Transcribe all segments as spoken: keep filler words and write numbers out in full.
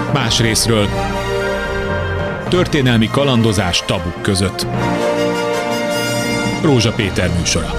Más részről történelmi kalandozás tabuk között. Rózsa Péter műsora.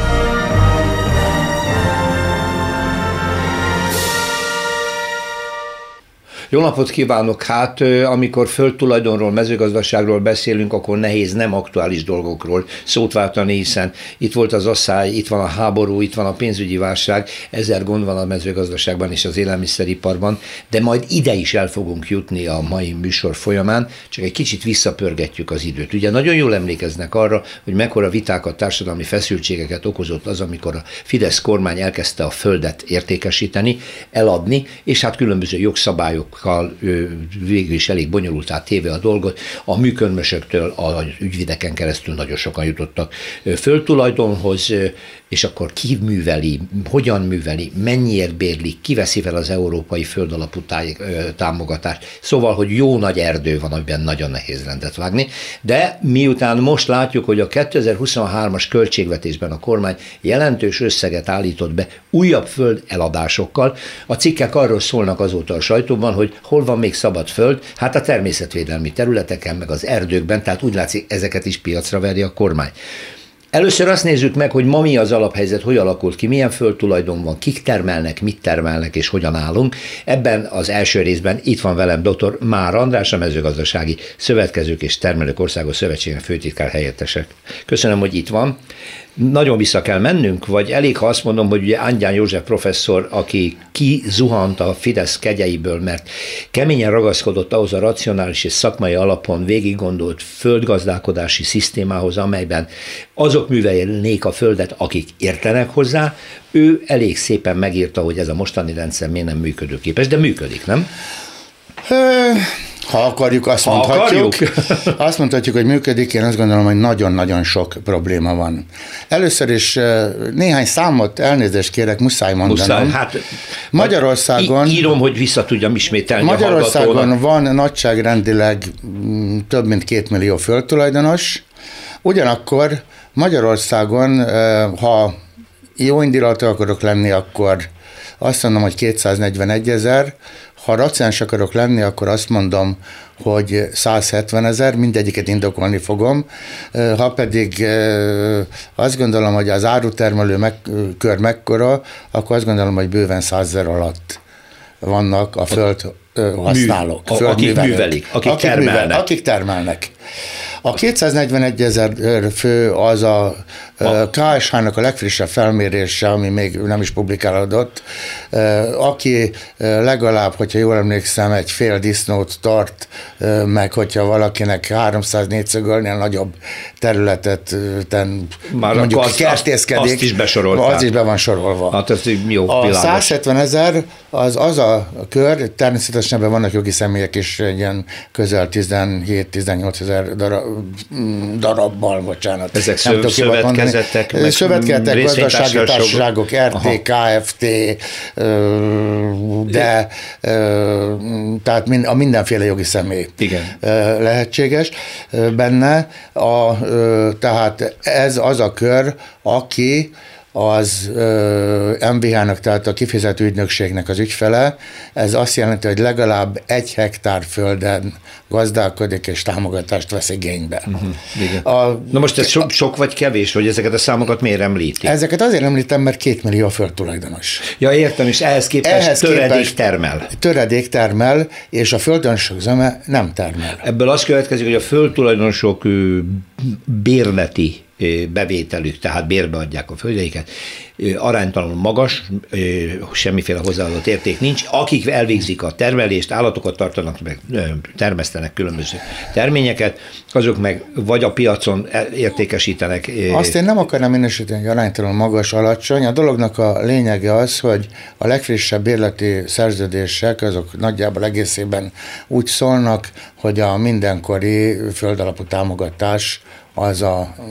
Jó napot kívánok! Hát amikor földtulajdonról, mezőgazdaságról beszélünk, akkor nehéz nem aktuális dolgokról szót váltani, hiszen itt volt az asszály, itt van a háború, itt van a pénzügyi válság, ezer gond van a mezőgazdaságban és az élelmiszeriparban, de majd ide is el fogunk jutni a mai műsor folyamán, csak egy kicsit visszapörgetjük az időt. Ugye nagyon jól emlékeznek arra, hogy mekkora vitákat, társadalmi feszültségeket okozott az, amikor a Fidesz kormány elkezdte a földet értékesíteni, eladni, és hát különböző jogszabályok végül is elég bonyolultá téve a dolgot. A műkörmösöktől az ügyvideken keresztül nagyon sokan jutottak földtulajdonhoz, és akkor ki műveli, hogyan műveli, mennyiért bérli, ki veszi fel az európai földalapú támogatást. Szóval, hogy jó nagy erdő van, amiben nagyon nehéz rendet vágni, de miután most látjuk, hogy a kétezer-huszonhármas költségvetésben a kormány jelentős összeget állított be újabb föld eladásokkal, a cikkek arról szólnak azóta a sajtóban, hogy hol van még szabad föld, hát a természetvédelmi területeken, meg az erdőkben, tehát úgy látszik, ezeket is piacra veri a kormány. Először azt nézzük meg, hogy ma mi az alaphelyzet, hogy alakult ki, milyen földtulajdon van, kik termelnek, mit termelnek és hogyan állunk. Ebben az első részben itt van velem dr. Már András, a Mezőgazdasági Szövetkezők és Termelők Országos Szövetségének főtitkár helyettese. Köszönöm, hogy itt van. Nagyon vissza kell mennünk, vagy elég, ha azt mondom, hogy ugye Angyán József professzor, aki kizuhant a Fidesz kegyeiből, mert keményen ragaszkodott ahhoz a racionális és szakmai alapon végiggondolt földgazdálkodási szisztémához, amelyben azok művelnék a földet, akik értenek hozzá, ő elég szépen megírta, hogy ez a mostani rendszer miért nem működőképes, de működik, nem? Ha akarjuk, azt ha mondhatjuk. Akarjuk. Azt mondhatjuk, hogy működik, én azt gondolom, hogy nagyon-nagyon sok probléma van. Először is néhány számot, elnézést kérek, muszáj mondanom. Muszáj, hát Magyarországon... Írom, hogy vissza tudjam ismételni Magyarországon a van nagyságrendileg több mint két millió földtulajdonos, ugyanakkor Magyarországon, ha jó indulatú akarok lenni, akkor azt mondom, hogy kétszáznegyvenegy ezer, ha racionális akarok lenni, akkor azt mondom, hogy százhetven ezer, mindegyiket indokolni fogom. Ha pedig azt gondolom, hogy az árutermelő meg, kör mekkora, akkor azt gondolom, hogy bőven százezer alatt vannak a föld használók. Mű, akik művelik, akik, akik termelnek. Művel, akik termelnek. A kétszáznegyvenegy ezer fő az a ká es há-nak a legfrissebb felmérése, ami még nem is publikálódott, aki legalább, hogyha jól emlékszem, egy fél disznót tart, meg hogyha valakinek háromszáz négyzetméternél nagyobb területet ten, már mondjuk azt, kertészkedik. Azt is besorolták. Az is be van sorolva. Hát ez jó, a világos. százhetven ezer az az a kör, természetesen ebben vannak jogi személyek is, ilyen közel tizenhét-tizennyolc ezer darab, darabbal, bocsánat. Ezek szöv, szövetkezetek, meg szövetkezetek, gazdasági társaságok, er té, ká ef té, de tehát a mindenféle jogi személy igen. lehetséges benne. A, tehát ez az a kör, aki az em vé há-nak, tehát a kifizető ügynökségnek az ügyfele, ez azt jelenti, hogy legalább egy hektár földön gazdálkodik és támogatást vesz igénybe. Uh-huh, a, Na most ez so, sok vagy kevés, hogy ezeket a számokat miért említi? Ezeket azért említem, mert két millió a földtulajdonos. Ja, értem, és ehhez képest ehhez töredék képest termel. Töredék termel, és a földtulajdonosok zöme nem termel. Ebből az következik, hogy a földtulajdonosok bérleti bevételük, tehát bérbe adják a földjeiket, aránytalanul magas, semmiféle hozzáadott érték nincs. Akik elvégzik a termelést, állatokat tartanak, meg termesztenek különböző terményeket, azok meg vagy a piacon értékesítenek. Azt én nem akarom minősíteni, hogy aránytalanul magas, alacsony. A dolognak a lényege az, hogy a legfrissebb bérleti szerződések, azok nagyjából egészében úgy szólnak, hogy a mindenkori földalapú támogatás az a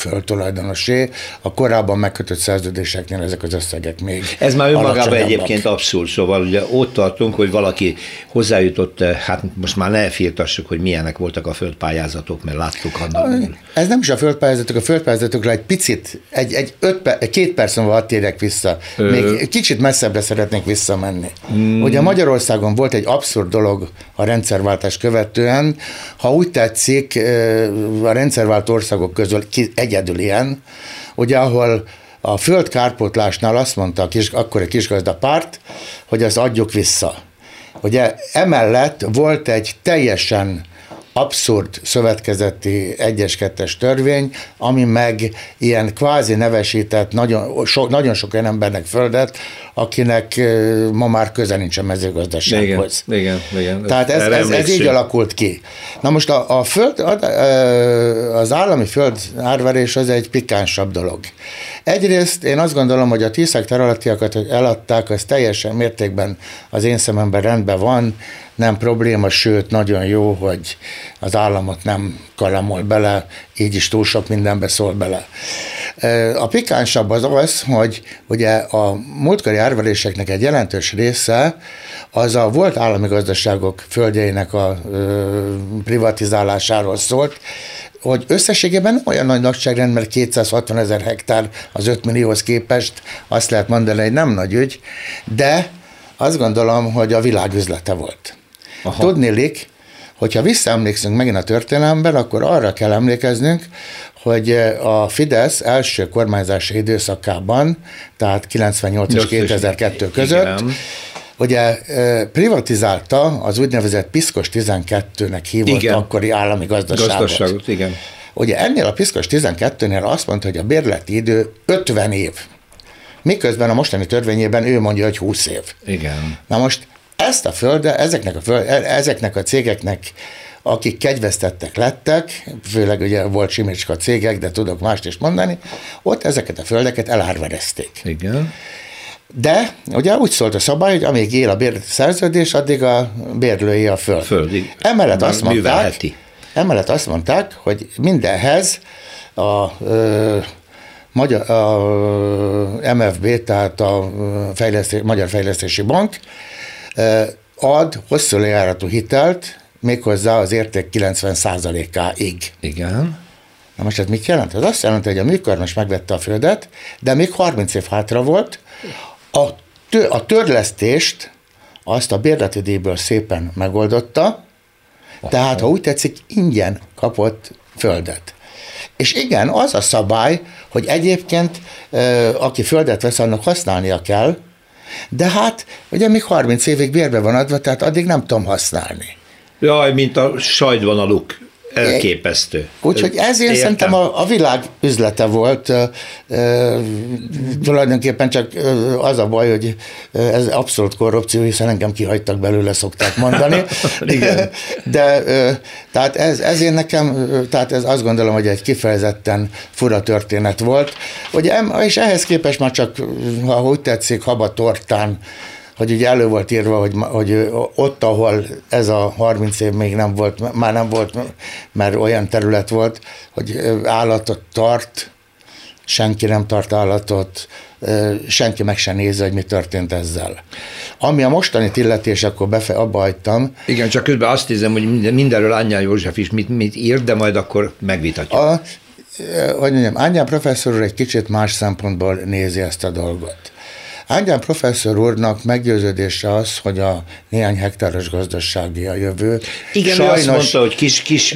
földtulajdonosé, a korábban megkötött szerződéseknél ezek az összegek még Ez már önmagában egyébként abszurd, szóval ugye ott tartunk, hogy valaki hozzájutott, hát most már ne firtassuk, hogy milyenek voltak a földpályázatok, mert láttuk annak. Ez nem is a földpályázatok, a földpályázatokra egy picit, egy, egy, öt, egy két perc múlva hadd térjek vissza. Még Ö... kicsit messzebbre szeretnék visszamenni. Hmm. Ugye Magyarországon volt egy abszurd dolog a rendszerváltás követően, ha úgy tetszik, a rendszerváltó országok közül egyedül ilyen, ugye ahol a földkárpótlásnál azt mondta a kis, akkor a kisgazdapárt, hogy azt adjuk vissza. Ugye emellett volt egy teljesen abszurd szövetkezeti egyes-kettes törvény, ami meg ilyen kvázi nevesített nagyon, so, nagyon sok olyan embernek földet, akinek ma már köze nincs a mezőgazdasághoz. Igen, igen, igen. Tehát ez, ez, ez így alakult ki. Na most a, a föld, az állami föld árverés az egy pikánsabb dolog. Egyrészt én azt gondolom, hogy a tíz hektár alattiakat eladták, az teljesen mértékben az én szememben rendben van, nem probléma, sőt, nagyon jó, hogy az államot nem kalamol bele, így is túl sok mindenbe szól bele. A pikánsabb az az, hogy ugye a múltkori árveréseknek egy jelentős része az a volt állami gazdaságok földjeinek a privatizálásáról szólt, hogy összességében nem olyan nagy nagyságrend, mert kétszázhatvan ezer hektár az öt millióhoz képest, azt lehet mondani, hogy nem nagy ügy, de azt gondolom, hogy a világ üzlete volt. Aha. Tudniillik, hogyha visszaemlékszünk megint a történelemben, akkor arra kell emlékeznünk, hogy a Fidesz első kormányzási időszakában, tehát kilencvennyolc és kétezer-kettő között, igen, ugye privatizálta az úgynevezett Piszkos tizenkettőnek hívott igen. akkori állami gazdaságot. Gazdaságot, igen. Ugye ennél a Piszkos tizenkettőnél azt mondta, hogy a bérleti idő ötven év. Miközben a mostani törvényében ő mondja, hogy húsz év. Igen. Na most ezt a földet, ezeknek a, föld, ezeknek a cégeknek, akik kegyvesztettek lettek, főleg ugye volt simicska cégek, de tudok mást is mondani, ott ezeket a földeket elárverezték. Igen. De ugye úgy szólt a szabály, hogy amíg él a bérleti szerződés, addig a bérlői a föld. Földig. Emellett azt mondták, emellett azt mondták, hogy mindenhez a ö, Magyar, a em ef bé, tehát a Fejlesztés, Magyar Fejlesztési Bank ad hosszú lejáratú hitelt, méghozzá az érték kilencven százalékáig. Igen. Na most ez mit jelent? Ez azt jelenti, hogy a műkörmös megvette a földet, de még harminc év hátra volt. A, tör, a törlesztést azt a bérleti díjből szépen megoldotta, aha. Tehát ha úgy tetszik, ingyen kapott földet. És igen, az a szabály, hogy egyébként aki földet vesz, annak használnia kell, de hát ugye még harminc évig bérbe van adva, tehát addig nem tudom használni. Jaj, mint a sajdban a luk. Elképesztő. Úgyhogy ezért Értem. Szerintem a, a világ üzlete volt. E, e, tulajdonképpen csak az a baj, hogy ez abszolút korrupció, hiszen engem kihagytak belőle, szokták mondani. de, de tehát ez, ezért nekem, tehát ez azt gondolom, hogy egy kifejezetten fura történet volt. Ugye, és ehhez képest már csak, ha úgy tetszik, habatortán, hogy ugye elő volt írva, hogy, hogy ott, ahol ez a harminc év még nem volt, már nem volt, mert olyan terület volt, hogy állatot tart, senki nem tart állatot, senki meg se nézze, hogy mi történt ezzel. Ami a mostanit illeti, és akkor befe, abba hagytam. Igen, csak közben azt hiszem, hogy minden, mindenről Ányán József is mit, mit ír, de majd akkor megvitatjuk. A, hogy mondjam, Ányán professzor úr egy kicsit más szempontból nézi ezt a dolgot. Ányán professzor úrnak meggyőződése az, hogy a néhány hektáros gazdasági a jövő. Igen, sajnos, ő azt mondta, hogy kis, kis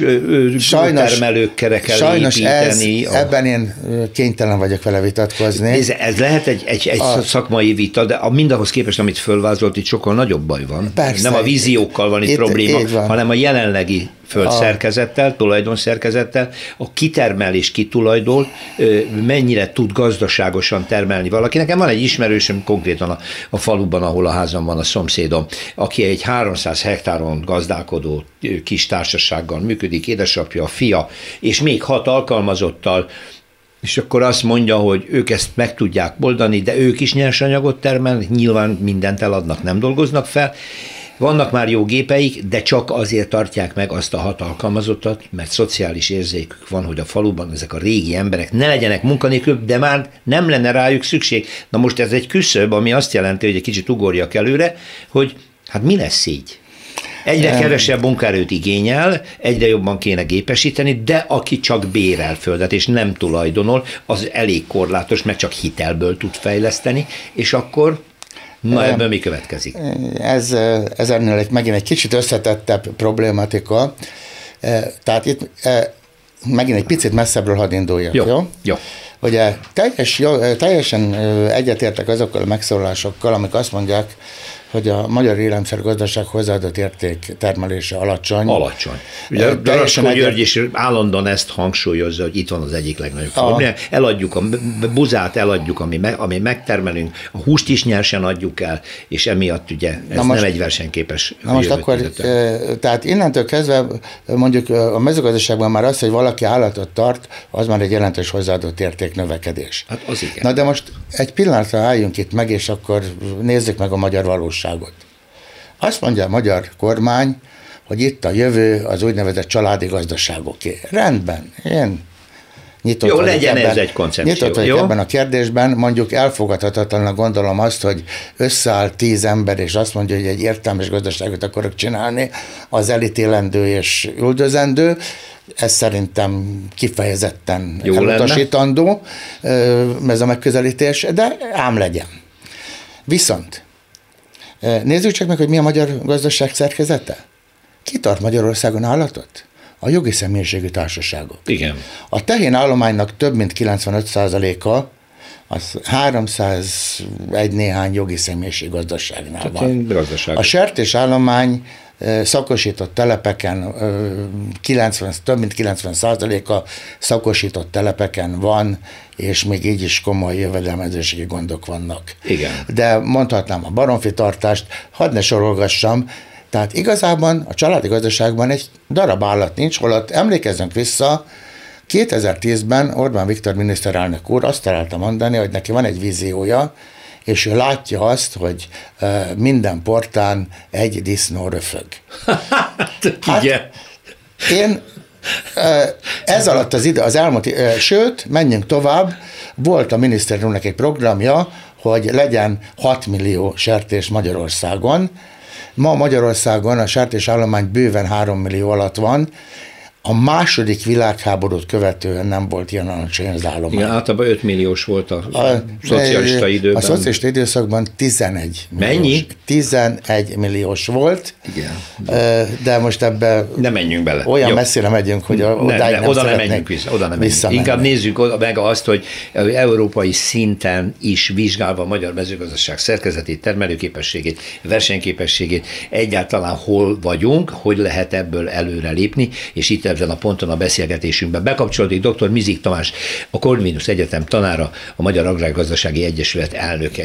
termelőkre kell sajnos építeni. Ez, ebben én kénytelen vagyok vele vitatkozni. Ez, ez lehet egy, egy, egy a, szakmai vita, de a mindahhoz képest, amit fölvázolt, itt sokkal nagyobb baj van. Persze, nem a víziókkal van itt, itt probléma, hanem a jelenlegi földszerkezettel, tulajdonszerkezettel, a kitermelés, kitulajdon, mennyire tud gazdaságosan termelni valaki. Nekem van egy ismerősöm konkrétan a, a faluban, ahol a házam van, a szomszédom, aki egy háromszáz hektáron gazdálkodó kis társasággal működik, édesapja, a fia, és még hat alkalmazottal, és akkor azt mondja, hogy ők ezt meg tudják oldani, de ők is nyersanyagot termelnek, nyilván mindent eladnak, nem dolgoznak fel, Vannak már jó gépeik, de csak azért tartják meg azt a hat alkalmazottat, mert szociális érzékük van, hogy a faluban ezek a régi emberek ne legyenek munkanélkül, de már nem lenne rájuk szükség. Na most ez egy küszöb, ami azt jelenti, hogy egy kicsit ugorjak előre, hogy hát mi lesz így? Egyre kevesebb munkaerőt igényel, egyre jobban kéne gépesíteni, de aki csak bérel földet és nem tulajdonol, az elég korlátos, mert csak hitelből tud fejleszteni, és akkor na ebből mi következik? Ez, ez ennél egy, megint egy kicsit összetettebb problématika. Tehát itt megint egy picit messzebbről hadd induljak, jó? Jó. jó. Ugye teljes, jó, teljesen egyetértek azokkal a megszólalásokkal, amik azt mondják, hogy a magyar élelmiszergazdaság hozzáadott érték termelése alacsony. Alacsony. Ugye Daraskó György is állandóan ezt hangsúlyozza, hogy itt van az egyik legnagyobb probléma. Eladjuk a buzát, eladjuk, ami, me, ami megtermelünk, a húst is nyersen adjuk el, és emiatt ugye ez most, nem egy versenyképes. Na most akkor, e, tehát innentől kezdve mondjuk a mezőgazdaságban már az, hogy valaki állatot tart, az már egy jelentős hozzáadott érték növekedés. Hát az igen. Na de most egy pillanatra álljunk itt meg, és akkor nézzük meg a magyar valóságot. Azt mondja a magyar kormány, hogy itt a jövő az úgynevezett családi gazdaságoké. Rendben, én nyitott jó, legyen ebben, ez egy koncepció. Nyitott vagyok ebben a kérdésben, mondjuk elfogadhatatlannak gondolom azt, hogy összeáll tíz ember, és azt mondja, hogy egy értelmes gazdaságot akarok csinálni, az elítélendő és üldözendő. Ez szerintem kifejezetten jó elutasítandó lenne. Ez a megközelítés, de ám legyen. Viszont nézzük csak meg, hogy mi a magyar gazdaság szerkezete. Ki tart Magyarországon állatot? A jogi személyiségű társaságok. Igen. A tehén állománynak több mint kilencvenöt százaléka az háromszázegy néhány jogi személyiség gazdaságnál van. A sertés állomány szakosított telepeken, kilencven, több mint kilencven százaléka szakosított telepeken van, és még így is komoly jövedelmezőségi gondok vannak. Igen. De mondhatnám a baromfitartást, hadd ne sorolgassam, tehát igazában a családi gazdaságban egy darab állat nincs, holott emlékezzünk vissza, kétezer-tízben Orbán Viktor miniszterelnök úr azt találta mondani, hogy neki van egy víziója, és ő látja azt, hogy uh, minden portán egy disznó röfög. Hát, igen. Én uh, ez alatt az ide, az elmúlt, uh, sőt, menjünk tovább, volt a miniszterünknek egy programja, hogy legyen hat millió sertés Magyarországon. Ma Magyarországon a sertés állomány bőven három millió alatt van, a második világháborút követően nem volt ilyen alacsony az állomány. Igen, általában öt milliós volt a, a szocialista időben. A szocialista időszakban tizenegy milliós. Mennyi? tizenegy milliós volt. Igen. De most ebbe nem menjünk bele. Olyan Jó. messzire megyünk, hogy ne, ne, ne, nem oda nem menjünk vissza. Oda nem menjünk. Inkább nézzük meg azt, hogy európai szinten is vizsgálva a magyar mezőgazdaság szerkezetét, termelőképességét, versenyképességét, egyáltalán hol vagyunk, hogy lehet ebből előrelépni, és itt ezen a ponton a beszélgetésünkben bekapcsolódik dr. Mizik Tamás, a Corvinus Egyetem tanára, a Magyar Agrárgazdasági Egyesület elnöke.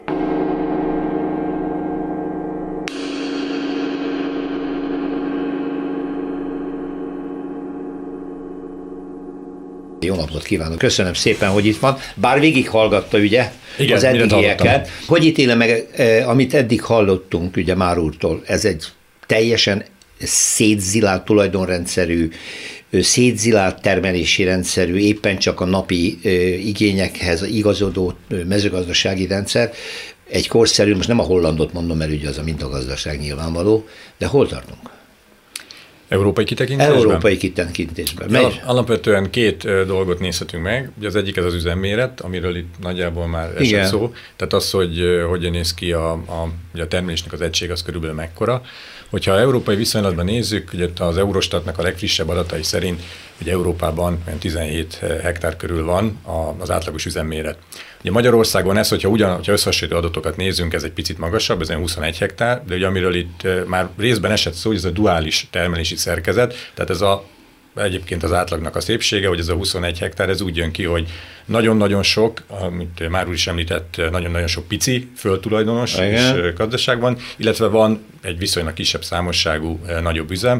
Jó napot kívánok, köszönöm szépen, hogy itt van. Bár végighallgatta ugye igen, az eddigieket. Hogy ítélem meg, amit eddig hallottunk ugye Már úrtól, ez egy teljesen szétzilált tulajdonrendszerű, szétzilált termelési rendszerű, éppen csak a napi igényekhez igazodó mezőgazdasági rendszer, egy korszerű, most nem a hollandot mondom, mert ugye az a mintagazdaság nyilvánvaló, de hol tartunk? Európai kitekintésben? Európai kitekintésben. Alapvetően két dolgot nézhetünk meg. Ugye az egyik ez az üzemméret, amiről itt nagyjából már esett Igen. szó. Tehát az, hogy hogyan néz ki a, a, a termelésnek az egység, az körülbelül mekkora. Hogyha európai viszonylatban nézzük, ugye az Eurostatnak a legfrissebb adatai szerint, hogy Európában tizenhét hektár körül van az átlagos üzemméret. Ugye Magyarországon ez, hogyha, ugyan, hogyha összehasonlító adatokat nézzünk, ez egy picit magasabb, ez huszonegy hektár, de ugye amiről itt már részben esett szó, hogy ez a duális termelési szerkezet, tehát ez a egyébként az átlagnak a szépsége, hogy ez a huszonegy hektár, ez úgy jön ki, hogy nagyon-nagyon sok, amit már úr is említett, nagyon-nagyon sok pici földtulajdonos és gazdaság van, illetve van egy viszonylag kisebb számosságú nagyobb üzem,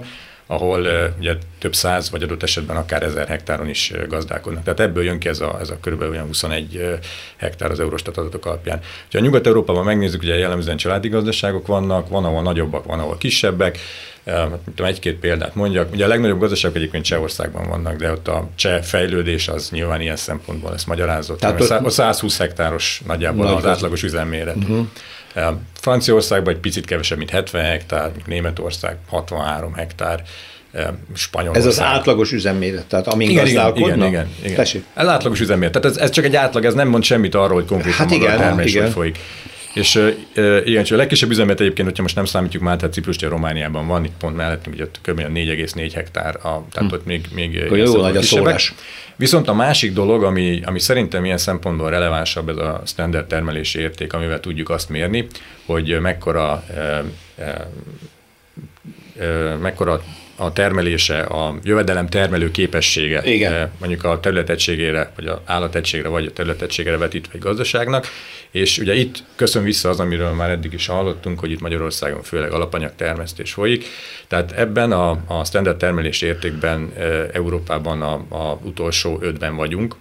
ahol ugye több száz, vagy adott esetben akár ezer hektáron is gazdálkodnak. Tehát ebből jön ki ez a, ez a körülbelül olyan huszonegy hektár az Eurostat adatok alapján. Ha Nyugat-Európában megnézzük, ugye jellemzően családi gazdaságok vannak, van, ahol nagyobbak, van, ahol kisebbek. Egy-két példát mondjak. Ugye a legnagyobb gazdaságok egyébként Csehországban vannak, de ott a cseh fejlődés az nyilván ilyen szempontból lesz magyarázott. Tehát ott a százhúsz hektáros nagyjából nagy az átlagos üzemméret. Uh-huh. Franciaországban egy picit kevesebb, mint hetven hektár, Németország hatvanhárom hektár, Spanyolország. Ez az átlagos üzemméret, tehát amin igen, gazdálkodnak? Igen, igen, igen. Tessék. Ez átlagos üzemméret, tehát ez, ez csak egy átlag, ez nem mond semmit arról, hogy konkrétan hát maga igen, a termés hogy folyik. És uh, igen, csak a legkisebb üzemet egyébként, hogyha most nem számítjuk már, tehát Ciprus, Romániában van, itt pont mellettünk, ugye kb. négy egész négy hektár, a, tehát hm. ott még, még jó nagy a szórás. Viszont a másik dolog, ami, ami szerintem ilyen szempontból relevánsabb, ez a standard termelési érték, amivel tudjuk azt mérni, hogy mekkora, e, e, e, mekkora a termelése, a jövedelem termelő képessége, igen. mondjuk a területegységére, vagy az állategységre, vagy a területegységére vetítve egy gazdaságnak, és ugye itt köszön vissza az, amiről már eddig is hallottunk, hogy itt Magyarországon főleg alapanyagtermesztés folyik, tehát ebben a, a standard termelési értékben e, Európában a, a utolsó ötben vagyunk,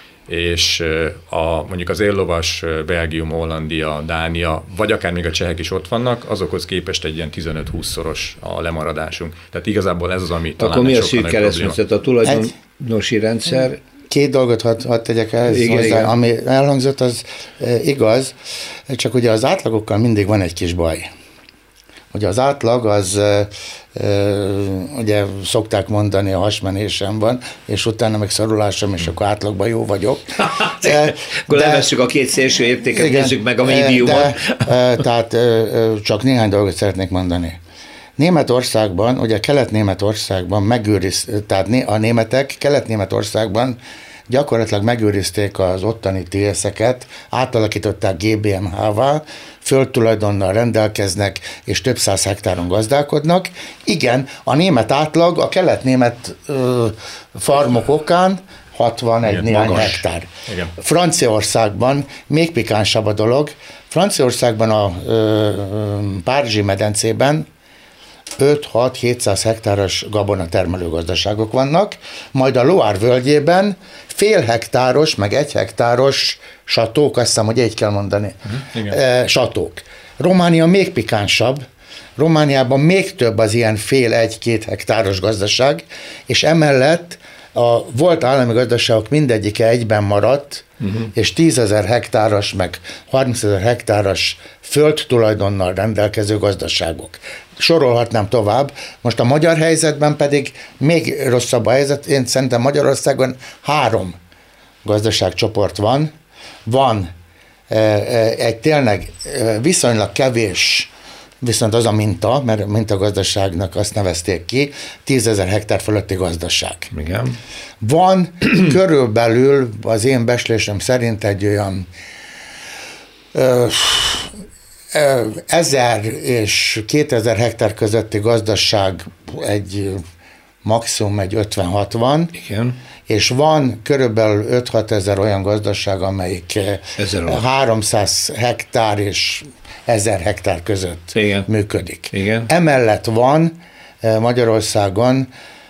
és a, mondjuk az éllovas Belgium, Hollandia, Dánia, vagy akár még a csehek is ott vannak, azokhoz képest egy ilyen tizenöt-húsz-szoros a lemaradásunk. Tehát igazából ez az, ami talán akkor mi a szűk keresztmetszet? A tulajdonosi egy, rendszer? Két dolgot hadd had tegyek el igen, hozzá, igen. Ami elhangzott, az e, igaz, csak ugye az átlagokkal mindig van egy kis baj. Ugye az átlag az, e, e, ugye szokták mondani, a hasmenésem van, és utána meg szarulásom, és akkor átlagban jó vagyok. de, akkor levesszük a két szélső értéket, igen, nézzük meg a médiumot. De, e, tehát e, csak néhány dolgot szeretnék mondani. Németországban, ugye Kelet-Németországban megőriz, tehát a németek Kelet-Németországban gyakorlatilag megőrizték az ottani té es-eket, átalakították gé bé em há-vá, földtulajdonnal rendelkeznek, és több száz hektáron gazdálkodnak. Igen, a német átlag a kelet-német ö, farmok okán hatvanegy igen, néhány magas. Hektár. Igen. Franciaországban még pikánsabb a dolog. Franciaországban a ö, ö, Párizsi medencében öt-hat-hétszáz hektáros gabonatermelő gazdaságok vannak, majd a Loire völgyében fél hektáros, meg egy hektáros satók, azt hiszem, hogy így kell mondani, uh-huh, e, satók. Románia még pikánsabb, Romániában még több az ilyen fél-egy-két hektáros gazdaság, és emellett a volt állami gazdaságok mindegyike egyben maradt, uh-huh. és tízezer hektáros, meg harmincezer hektáros földtulajdonnal rendelkező gazdaságok. Sorolhatnám tovább. Most a magyar helyzetben pedig még rosszabb a helyzet. Én szerintem Magyarországon három gazdaságcsoport van. Van egy tényleg viszonylag kevés, viszont az a minta, mert mintagazdaságnak azt nevezték ki, tízezer hektár fölötti gazdaság. Igen. Van körülbelül az én becslésem szerint egy olyan ezer és kétezer hektár közötti gazdaság egy maximum egy ötven-hatvan, igen. és van körülbelül öt-hat ezer olyan gazdaság, amelyik háromszáz hektár és ezer hektár között igen. működik. Igen. Emellett van Magyarországon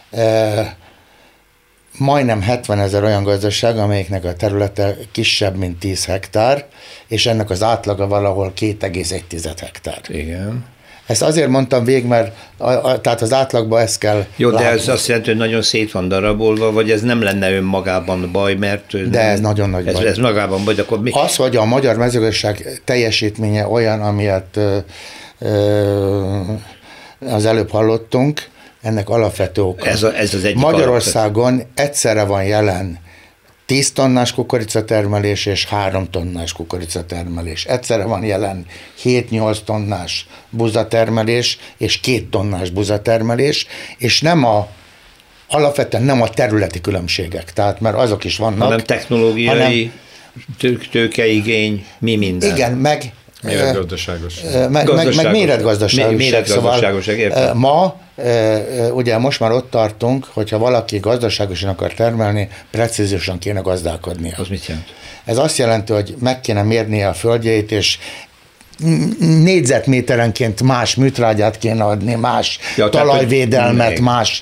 majdnem hetvenezer olyan gazdaság, amelyiknek a területe kisebb, mint tíz hektár, és ennek az átlaga valahol két egész egy hektár. Igen. Ezt azért mondtam végig, mert a, a, tehát az átlagban ezt kell Jó, látni. De ez azt jelenti, hogy nagyon szét van darabolva, vagy ez nem lenne önmagában baj, mert... De ez nagyon nagy ez, baj. Ez magában baj, akkor mi? Az, hogy a magyar mezőgazdaság teljesítménye olyan, amilyet ö, ö, az előbb hallottunk, ennek alapvető oka. Ez, a, ez az egyik Magyarországon alapvető. Egyszerre van jelen tíz tonnás kukoricatermelés és három tonnás kukoricatermelés. Egyszerre van jelen hét-nyolc tonnás buzatermelés és két tonnás buzatermelés, és nem a alapvetően nem a területi különbségek, tehát mert azok is vannak. Hanem technológiai, hanem, tőkeigény, mi minden. Igen, meg méretgazdaságos. Meg, meg, meg méretgazdaságos. Méretgazdaságos, szóval ma, ugye most már ott tartunk, hogyha valaki gazdaságosan akar termelni, precíziósan kéne gazdálkodnia. Az mit jelent? Ez azt jelenti, hogy meg kéne mérnie a földjeit, és négyzetméterenként más műtrágyát kéne adni, más ja, talajvédelmet, tehát, más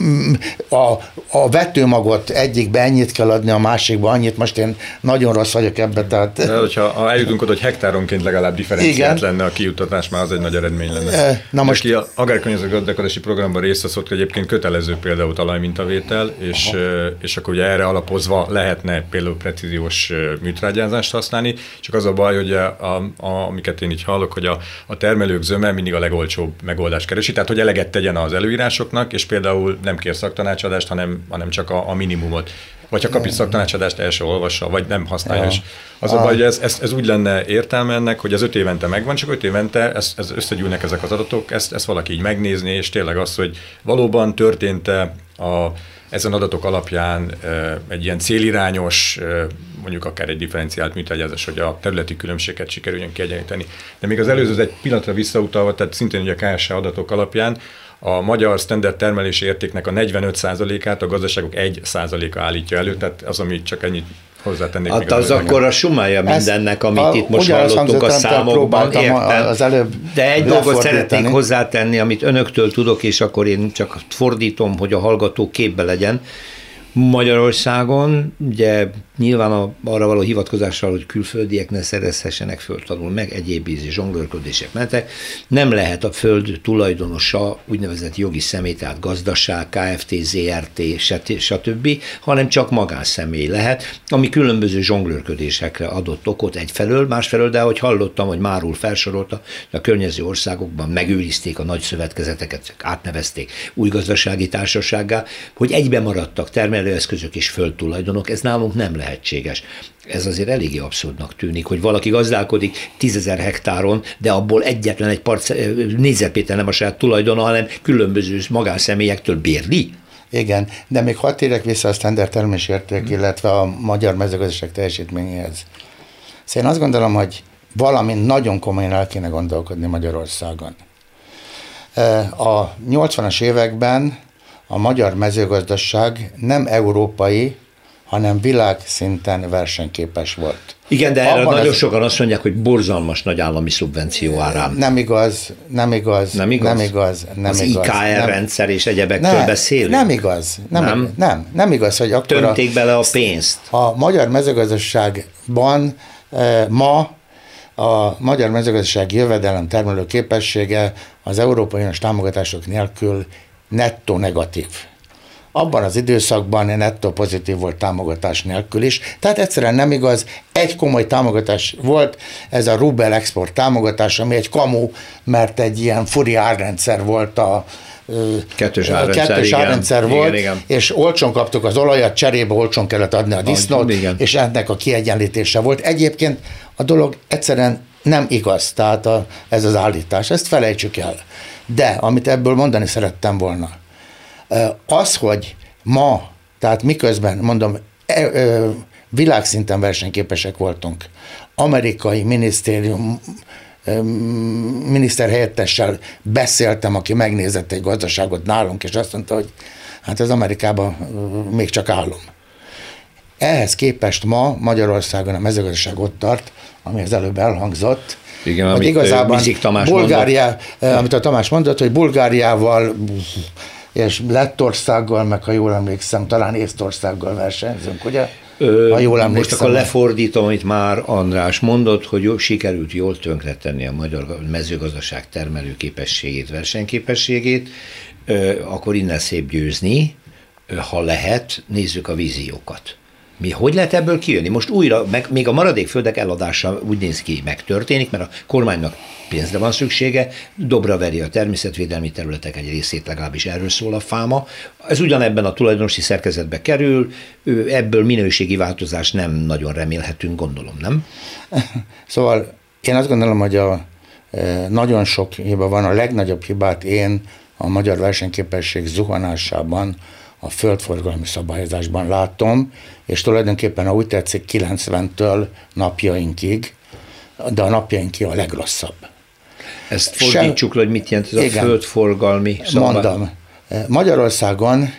a, a vetőmagot egyikbe ennyit kell adni, a másikba annyit, most én nagyon rossz vagyok ebbe, tehát... De hogyha eljutunk oda, hogy hektáronként legalább differenciált lenne a kijutatás, már az egy nagy eredmény lenne. Na most... Aki a agrárkörnyezetgazdálkodási programban részt vesz, hogy egyébként kötelező például talajmintavétel, és, és akkor ugye erre alapozva lehetne például precíziós műtrágyázást használni, csak az a baj, hogy a, a, a, amiket én így hallok, hogy a, a termelők zöme mindig a legolcsóbb megoldást keresi, tehát hogy eleget tegyen az előírásoknak, és például nem kér szaktanácsadást, hanem, hanem csak a, a minimumot. Vagy ha kap is szaktanácsadást, el se olvassa, vagy nem használja. Ja. Az a baj, hogy ez, ez, ez úgy lenne értelme ennek, hogy az öt évente megvan, csak öt évente ez, ez összegyűlnek ezek az adatok, ezt, ezt valaki így megnézni, és tényleg az, hogy valóban történt-e a ezen adatok alapján egy ilyen célirányos, mondjuk akár egy differenciált műtrágyázás, hogy a területi különbséget sikerüljön kiegyenlíteni. De még az előző egy pillanatra visszautalva, tehát szintén ugye a ká es há adatok alapján a magyar standard termelési értéknek a negyvenöt százalékát a gazdaságok egy százaléka állítja elő, tehát az, ami csak ennyit hozzátennék. Hát az akkor a sumája mindennek, amit a, itt most hallottunk a számokban, az előbb de egy dolgot szeretnék hozzátenni, amit önöktől tudok, és akkor én csak fordítom, hogy a hallgató képbe legyen. Magyarországon ugye nyilván a, arra való hivatkozással, hogy külföldiek ne szerezhessenek földtanul meg, egyéb ízi zsonglőrködések mentek, nem lehet a föld tulajdonosa úgynevezett jogi személy, tehát gazdaság, ká ef té, zé er té, stb., hanem csak magánszemély lehet, ami különböző zsonglőrködésekre adott okot egyfelől, másfelől, de ahogy hallottam, hogy Márul felsorolta, a környező országokban megőrizték a nagy szövetkezeteket, átnevezték új gazdasági társasággá, hogy egybe maradtak termelőeszközök és földtulajdonok, ez nálunk nem lehetséges. Ez azért eléggé abszurdnak tűnik, hogy valaki gazdálkodik tízezer hektáron, de abból egyetlen egy parce- négyzetméter nem a saját tulajdona, hanem különböző magánszemélyektől bérli. Igen, de még hadd térek vissza a standard termési érték, hmm. illetve a magyar mezőgazdaság teljesítményéhez. Szóval én azt gondolom, hogy valami nagyon komolyan el kéne gondolkodni Magyarországon. A nyolcvanas években a magyar mezőgazdaság nem európai, hanem világszinten versenyképes volt. Igen, de erre nagyon az... sokan azt mondják, hogy borzalmas nagy állami szubvenció árán. Nem igaz, nem igaz, nem igaz, nem igaz. Nem az igaz, i ká er nem, rendszer és egyebekről nem, beszélünk. Nem igaz, nem, nem, nem, nem igaz, hogy akkor Tömték a, bele a pénzt. A magyar mezőgazdaságban e, ma a magyar mezőgazdaság jövedelem termelő képessége az Európai Uniós támogatások nélkül nettó negatív. Abban az időszakban nettó pozitív volt támogatás nélkül is. Tehát egyszerűen nem igaz, egy komoly támogatás volt, ez a Rubel export támogatás, ami egy kamu, mert egy ilyen furi árrendszer volt a kettős árrendszer, kettős igen, árrendszer igen, volt, igen. És olcsón kaptuk az olajat, cserébe olcsón kellett adni a disznót, igen. És ennek a kiegyenlítése volt. Egyébként a dolog egyszerűen nem igaz, tehát a, ez az állítás, ezt felejtsük el. De amit ebből mondani szerettem volna, az, hogy ma, tehát miközben, mondom, világszinten versenyképesek voltunk, amerikai minisztérium, miniszterhelyettessel beszéltem, aki megnézett egy gazdaságot nálunk, és azt mondta, hogy hát az Amerikában még csak álom. Ehhez képest ma Magyarországon a mezőgazdaság ott tart, ami az előbb elhangzott, igen, amit igazából Bulgária, amit a Tamás mondott, hogy Bulgáriával és Lettországgal, meg ha jól emlékszem, talán Észtországgal versenyzünk, ugye? Ö, ha jól emlékszem. Most akkor lefordítom, amit már András mondott, hogy jó, sikerült jól tönkretenni a magyar mezőgazdaság termelőképességét, versenyképességét, ö, akkor innen szép győzni, ö, ha lehet, nézzük a víziókat. Mi, hogy lehet ebből kijönni? Most újra, meg, még a maradék földek eladása úgy néz ki, megtörténik, mert a kormánynak pénzre van szüksége, dobra veri a természetvédelmi területek egy részét, legalábbis erről szól a fáma. Ez ugyanebben a tulajdonosi szerkezetbe kerül, ebből minőségi változás nem nagyon remélhetünk, gondolom, nem? Szóval én azt gondolom, hogy a, nagyon sok hiba van, a legnagyobb hibát én a magyar versenyképesség zuhanásában, a földforgalmi szabályozásban látom, és tulajdonképpen, ha úgy tetszik, kilencventől napjainkig, de a napjainkig a legrosszabb. Ezt fordítsuk le, hogy mit jelent ez a igen, földforgalmi szabály. Mondom, Magyarországon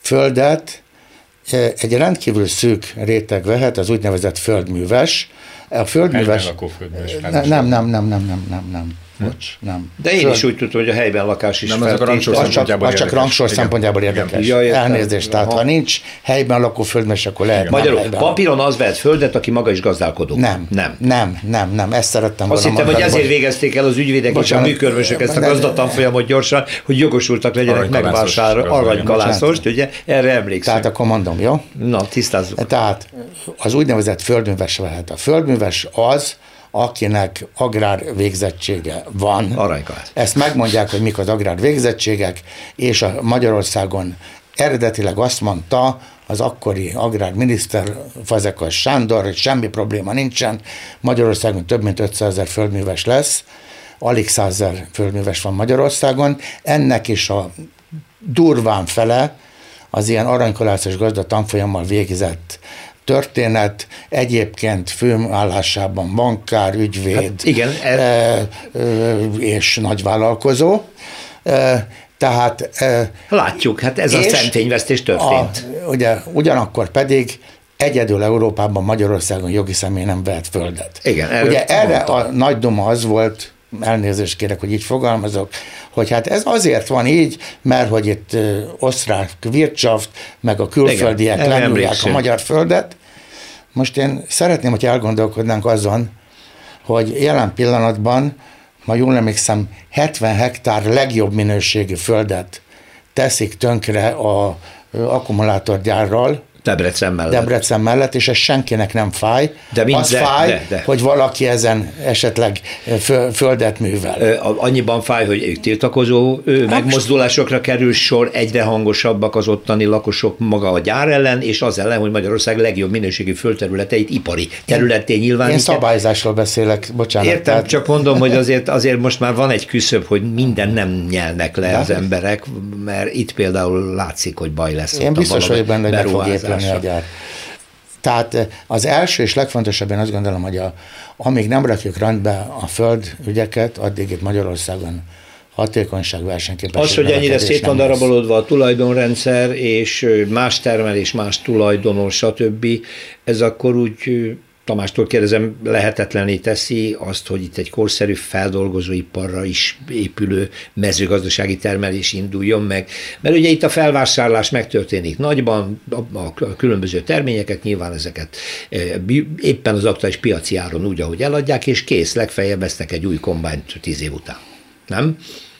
földet egy rendkívül szűk réteg vehet, az úgynevezett földműves, A földműves... Helyben lakó földműves. Nem, nem, nem, nem, nem, nem, nem. Bocs, nem. De én Föld... is úgy tudom, hogy a helyben lakás is nem, az, az csak, az csak rangsor szempontjából érdekes. Ja, elnézést, tehát ha nincs helyben lakó földműves, akkor lehet. Magyarul papíron az vehet földet, aki maga is gazdálkodó. Nem, nem, nem, nem, nem, ezt szerettem Azt hittem, hogy ezért végezték el az ügyvédek és a műkörvösök ezt a gazdatanfolyamot gyorsan, hogy jogosultak legyenek megvásárolni aranykalászost, ugye? Erre emlékszem. Tehát akkor mondom, jó? Na, tisztázzuk. Tehát az úgynevezett földműves vehet. A földműves az, akinek agrár végzettsége van. Aranykalász. Ezt megmondják, hogy mik az agrár végzettségek, és a Magyarországon eredetileg azt mondta az akkori agrárminiszter Fazekas Sándor, hogy semmi probléma nincsen, Magyarországon több mint ötszázezer földműves lesz, alig százezer földműves van Magyarországon, ennek is a durván fele az ilyen aranykalászos gazda tanfolyammal végzett történet, egyébként főállásában bankár, ügyvéd hát igen, e, e, és nagyvállalkozó. E, tehát, e, Látjuk, hát ez a szemfényvesztés történt. A, ugye, ugyanakkor pedig egyedül Európában, Magyarországon jogi személy nem vehet földet. Igen, ugye erre mondtam. A nagy doma az volt, elnézést kérek, hogy így fogalmazok, hogy hát ez azért van így, mert hogy itt uh, osztrák Wirtschaft, meg a külföldiek igen, lenyúlják a magyar földet. Most én szeretném, hogy elgondolkodnánk azon, hogy jelen pillanatban, ma jól emlékszem, hetven hektár legjobb minőségű földet teszik tönkre a uh, akkumulátorgyárral, Debrecen mellett. Debrecen mellett, és ez senkinek nem fáj. De mind, az de, fáj, de, de. hogy valaki ezen esetleg földet művel. Annyiban fáj, hogy tiltakozó megmozdulásokra kerül sor, egyre hangosabbak az ottani lakosok maga a gyár ellen, és az ellen, hogy Magyarország legjobb minőségű földterületeit ipari területté nyilvánítja. Én szabályzásról beszélek, bocsánat. Értem, tehát... csak mondom, hogy azért, azért most már van egy küszöb, hogy minden nem nyelnek le de? az emberek, mert itt például látszik, hogy baj lesz. Én biztos vagyok benne, hogy meg fog épülni a gyár. Tehát az első és legfontosabb, én azt gondolom, hogy a, amíg nem rakjuk rendbe a földügyeket, addig itt Magyarországon hatékonyság, versenyképesség. Az, hogy ennyire szét van darabolódva a tulajdonrendszer, és más termelés, más tulajdonos, stb., ez akkor úgy, Tamástól kérdezem, lehetetlenné teszi azt, hogy itt egy korszerű feldolgozóiparra is épülő mezőgazdasági termelés induljon meg. Mert ugye itt a felvásárlás megtörténik nagyban, a különböző terményeket, nyilván ezeket éppen az aktuális piaci áron úgy, ahogy eladják, és kész, legfeljebb vesznek egy új kombányt tíz év után. Nem?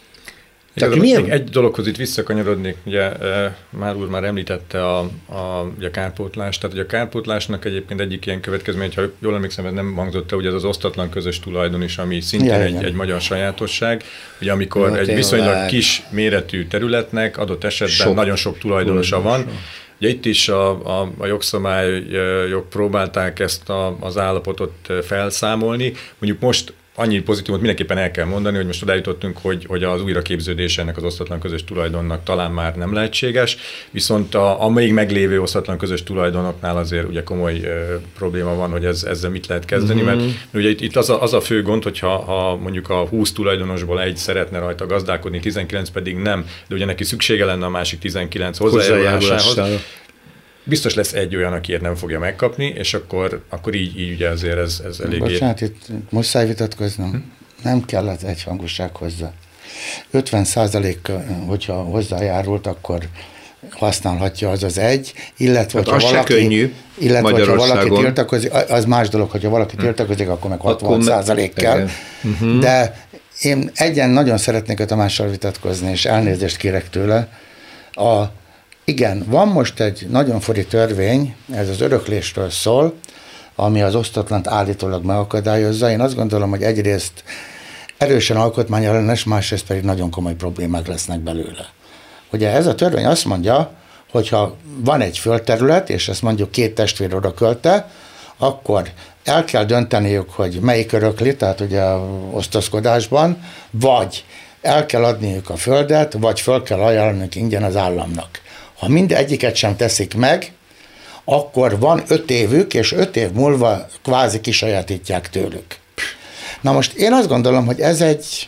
Csak milyen... Egy dologhoz itt visszakanyarodnék, ugye Már úr már említette a, a, a kárpótlást, tehát ugye a kárpótlásnak egyébként egyik ilyen következmény, ha jól emlékszem, ez nem hangzott el, ugye ez az osztatlan közös tulajdon is, ami szintén ja, egy, egy magyar sajátosság, ugye amikor ja, egy viszonylag kis méretű területnek adott esetben sok. nagyon sok tulajdonosa van. Sok. Ugye itt is a, a, a jogszabályok próbálták ezt a, az állapotot felszámolni, mondjuk most annyi pozitívot mindenképpen el kell mondani, hogy most odájutottunk, hogy, hogy az újraképződés ennek az osztatlan közös tulajdonnak talán már nem lehetséges, viszont a, a még meglévő osztatlan közös tulajdonoknál azért ugye komoly e, probléma van, hogy ez, ezzel mit lehet kezdeni, mm-hmm. mert ugye itt, itt az, a, az a fő gond, hogyha ha mondjuk a húsz tulajdonosból egy szeretne rajta gazdálkodni, tizenkilenc pedig nem, de ugye neki szüksége lenne a másik tizenkilenc hozzájárulásához. Biztos lesz egy olyan, akiért nem fogja megkapni, és akkor, akkor így, így ugye azért ez, ez eléggé... Bocsánat, itt muszáj vitatkoznom. Hm? Nem kellett egyhangúság hozzá. ötven százalék, hogyha hozzájárult, akkor használhatja az az egy, illetve hát hogyha valaki, könnyű, illetve hogyha valaki tiltakozik, az más dolog, hogyha valaki hm. tiltakozik, akkor meg hatvan százalék kell. Uh-huh. De én egyen nagyon szeretnék a Tamással vitatkozni, és elnézést kérek tőle. A Igen, van most egy nagyon fori törvény, ez az öröklésről szól, ami az osztatlant állítólag megakadályozza. Én azt gondolom, hogy egyrészt erősen alkotmányellenes, másrészt pedig nagyon komoly problémák lesznek belőle. Ugye ez a törvény azt mondja, hogyha van egy földterület, és ezt mondjuk két testvér odakölte, akkor el kell dönteniük, hogy melyik örökli, tehát ugye osztozkodásban, vagy el kell adniuk a földet, vagy föl kell ajánlaniuk ingyen az államnak. Ha mindegyiket sem teszik meg, akkor van öt évük, és öt év múlva kvázi kisajátítják tőlük. Na most én azt gondolom, hogy ez egy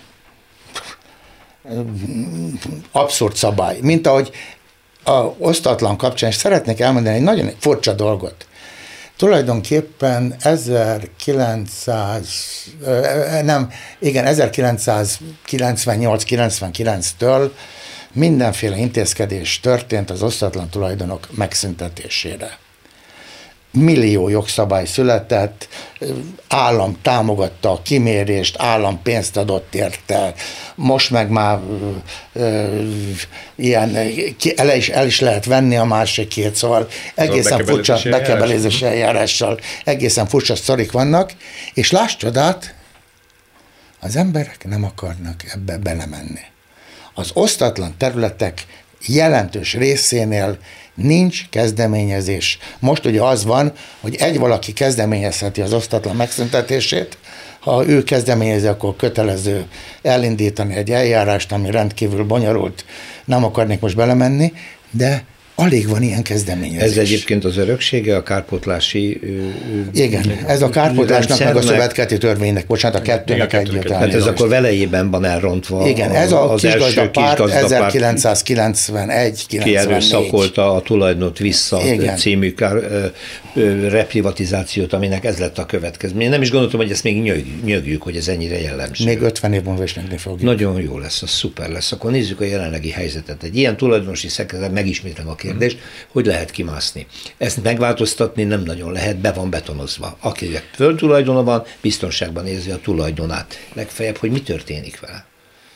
abszurd szabály. Mint ahogy a osztatlan kapcsán, és szeretnék elmondani egy nagyon furcsa dolgot. tulajdonképpen ezerkilencszáz, nem, igen, ezerkilencszázkilencvennyolc kilencvenkilenctől mindenféle intézkedés történt az osztatlan tulajdonok megszüntetésére. Millió jogszabály született, állam támogatta a kimérést, állam pénzt adott érte, most meg már ö, ilyen, el is, el is lehet venni a másikét, szóval egészen szóval furcsa bekebelezési eljárással, egészen furcsa sztorik vannak, és láss csodát, az emberek nem akarnak ebbe belemenni. Az osztatlan területek jelentős részénél nincs kezdeményezés. Most ugye az van, hogy egy valaki kezdeményezheti az osztatlan megszüntetését, ha ő kezdeményezi, akkor kötelező elindítani egy eljárást, ami rendkívül bonyolult, nem akarnék most belemenni, de alig van ilyen kezdeményezés. Ez egyébként az öröksége a kárpótlási... Igen, ez a kárpótlásnak meg a szövetkezeti törvénynek, bocsánat, a kettőnek együtt. Hát ez akkor velejében van elrontva. Igen, ez a, a kisgazdapárt ezerkilencszázkilencvenegy kilencvennégy. Kierőszakolta a tulajdonot vissza igen. című kár, ö, ö, reprivatizációt, aminek ez lett a következmény. Nem is gondoltam, hogy ezt még nyög, nyögjük, hogy ez ennyire jellemző. Még ötven év múlva is nyögni fogjuk. Nagyon jó lesz, az szuper lesz. Akkor nézzük a jelenlegi helyzetet. Egy ilyen tulajdonosi szerkezet, megismétlem a kérdést, hogy lehet kimászni. Ezt megváltoztatni nem nagyon lehet, be van betonozva. Akinek földtulajdona van, biztonságban érzi a tulajdonát. Legfeljebb, hogy mi történik vele.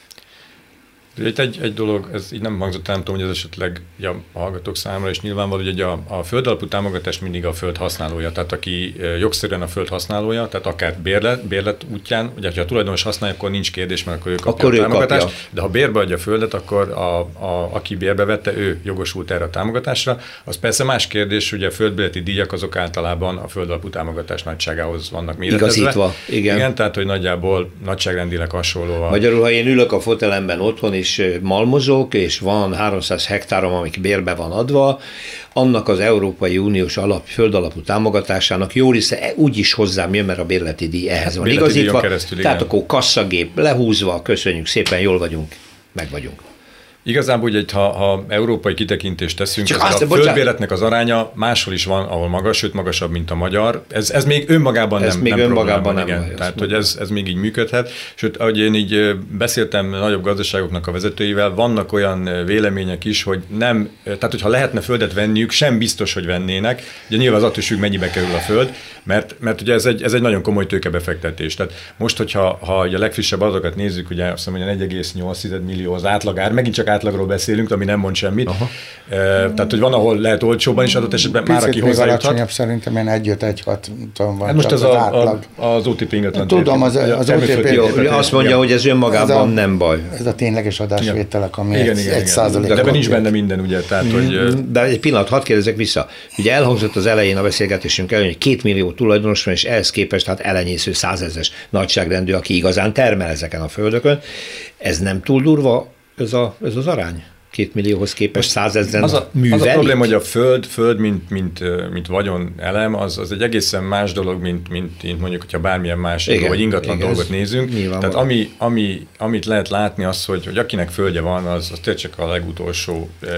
Egy, egy, egy dolog, ez így nem hangzott, nem tudom, hogy ez esetleg ja, a hallgatók számára is nyilvánvaló, hogy a, a földalapú támogatás mindig a föld használója, tehát aki jogszerűen a föld használója, tehát akár bérlet, bérlet útján, ugye ha a tulajdonos használja, akkor nincs kérdés, mert akkor ő kapja akkor a támogatást, kapja. De ha bérbe adja a földet, akkor a, a, aki bérbe vette, ő jogosult erre a támogatásra. Az persze más kérdés, hogy a földbérleti díjak azok általában a földalapú támogatás nagyságához vannak méretezve. Igazítva, igen. Igen, tehát hogy nagyjából nagyságrendileg hasonló. A... Magyarul, ha én ülök a fotelemben otthon is malmozok, és van háromszáz hektárom, amik bérbe van adva, annak az Európai Uniós alap, földalapú támogatásának jó része úgyis hozzám jön, mert a bérleti díj ehhez van igazítva. Tehát igen. Akkor kasszagép lehúzva, köszönjük szépen, jól vagyunk, meg vagyunk. Igazából, hogy ha, ha európai kitekintést teszünk, az a földbérletnek az aránya máshol is van, ahol magas, sőt magasabb, mint a magyar. Ez, ez még önmagában ez nem, még nem önmagában nem igen. Tehát, hogy ez, ez még így működhet. Sőt, ahogy én így beszéltem nagyobb gazdaságoknak a vezetőivel, vannak olyan vélemények is, hogy nem, tehát hogyha lehetne földet venniük, sem biztos, hogy vennének. Ugye nyilván az attól függ, mennyibe kerül a föld, mert, mert ugye ez egy, ez egy nagyon komoly tőkebefektetés. Tehát most, hogyha ha a legfrissebb adatokat nézzük, ugye azt mondom, hogy egy egész nyolc millió az átlagár, megint csak átlagról beszélünk, ami nem mond semmit. Aha. E, tehát, hogy van, ahol lehet olcsóban is adott esetben, picit már aki hozzájuthat. Szerintem én egy öt egy hat van. Hát most az, az, a, a, az o té pé ingatlan. Tudom, az, az o té pé. Jó, azt mondja, igen. hogy ez önmagában ez a, nem baj. Ez a tényleges adásvételek, ami igen, egy, igen, egy százalék. De ebben nincs benne minden, ugye. Tehát, mm, hogy, de egy pillanat, hadd kérdezzek vissza. Ugye elhangzott az elején a beszélgetésünk elején, hogy két millió tulajdonos van, és ehhez képest hát elenyésző százezres nagyságrendű, aki igazán termel ezeken a földökön. Ez nem túl durva, ez, a, ez az arány? Két millióhoz képest százezren az a, művelik? Az a probléma, hogy a föld, föld mint, mint, mint vagyon elem, az, az egy egészen más dolog, mint, mint, mint mondjuk, hogyha bármilyen más igen, vagy ingatlan igen, dolgot nézünk. Tehát ami, ami, amit lehet látni az, hogy, hogy akinek földje van, az, az tényleg csak a legutolsó e,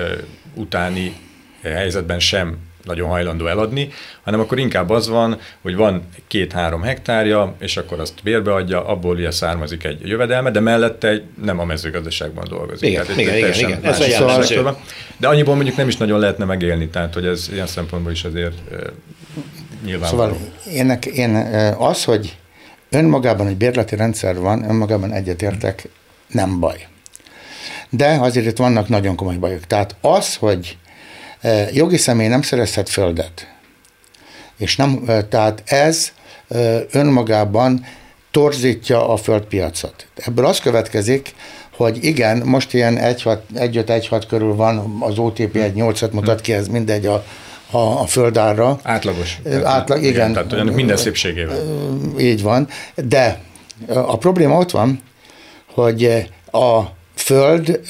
utáni helyzetben sem nagyon hajlandó eladni, hanem akkor inkább az van, hogy van két-három hektárja, és akkor azt bérbe adja, abból ugye származik egy jövedelme, de mellette egy, nem a mezőgazdaságban dolgozik. Igen, igen, igen, igen. Ez szóval de annyiból mondjuk nem is nagyon lehetne megélni, tehát hogy ez ilyen szempontból is azért e, nyilvánvaló. Szóval én, én az, hogy önmagában egy bérleti rendszer van, önmagában egyetértek, nem baj. De azért itt vannak nagyon komoly bajok. Tehát az, hogy jogi személy nem szerezhet földet, és nem, tehát ez önmagában torzítja a földpiacot. Ebből az következik, hogy igen, most ilyen egy öt egy hat körül van, az o té pé egy nyolcat mutat ki, ez mindegy a, a, a földárra. Átlagos. Átlag, igen. igen tehát olyanok minden szépségével. Így van, de a probléma ott van, hogy a föld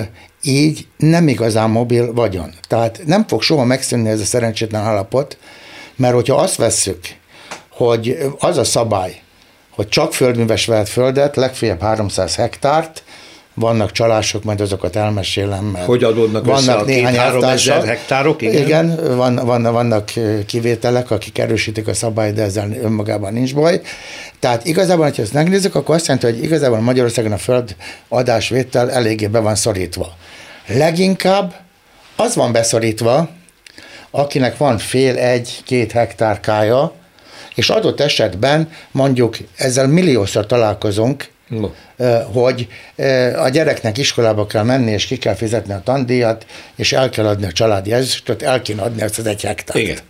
így nem igazán mobil vagyon. Tehát nem fog soha megszűnni ez a szerencsétlen állapot, mert hogyha azt vesszük, hogy az a szabály, hogy csak földműves vehet földet, legfeljebb háromszáz hektárt, vannak csalások, majd azokat elmesélem, mert hogy adódnak vannak néhány három ezer hektárok? Igen, igen van, van, vannak kivételek, akik erősítik a szabályt, de ezzel önmagában nincs baj. Tehát igazából, ha ezt megnézzük, akkor azt jelenti, hogy igazából Magyarországon a földadásvétel eléggé be van szorítva. Leginkább az van beszorítva, akinek van fél, egy, két hektárkája, és adott esetben mondjuk ezzel milliószor találkozunk, no. hogy a gyereknek iskolába kell menni, és ki kell fizetni a tandíjat, és el kell adni a családi ezüstöt, el kéne adni ezt az egy hektárt. Igen.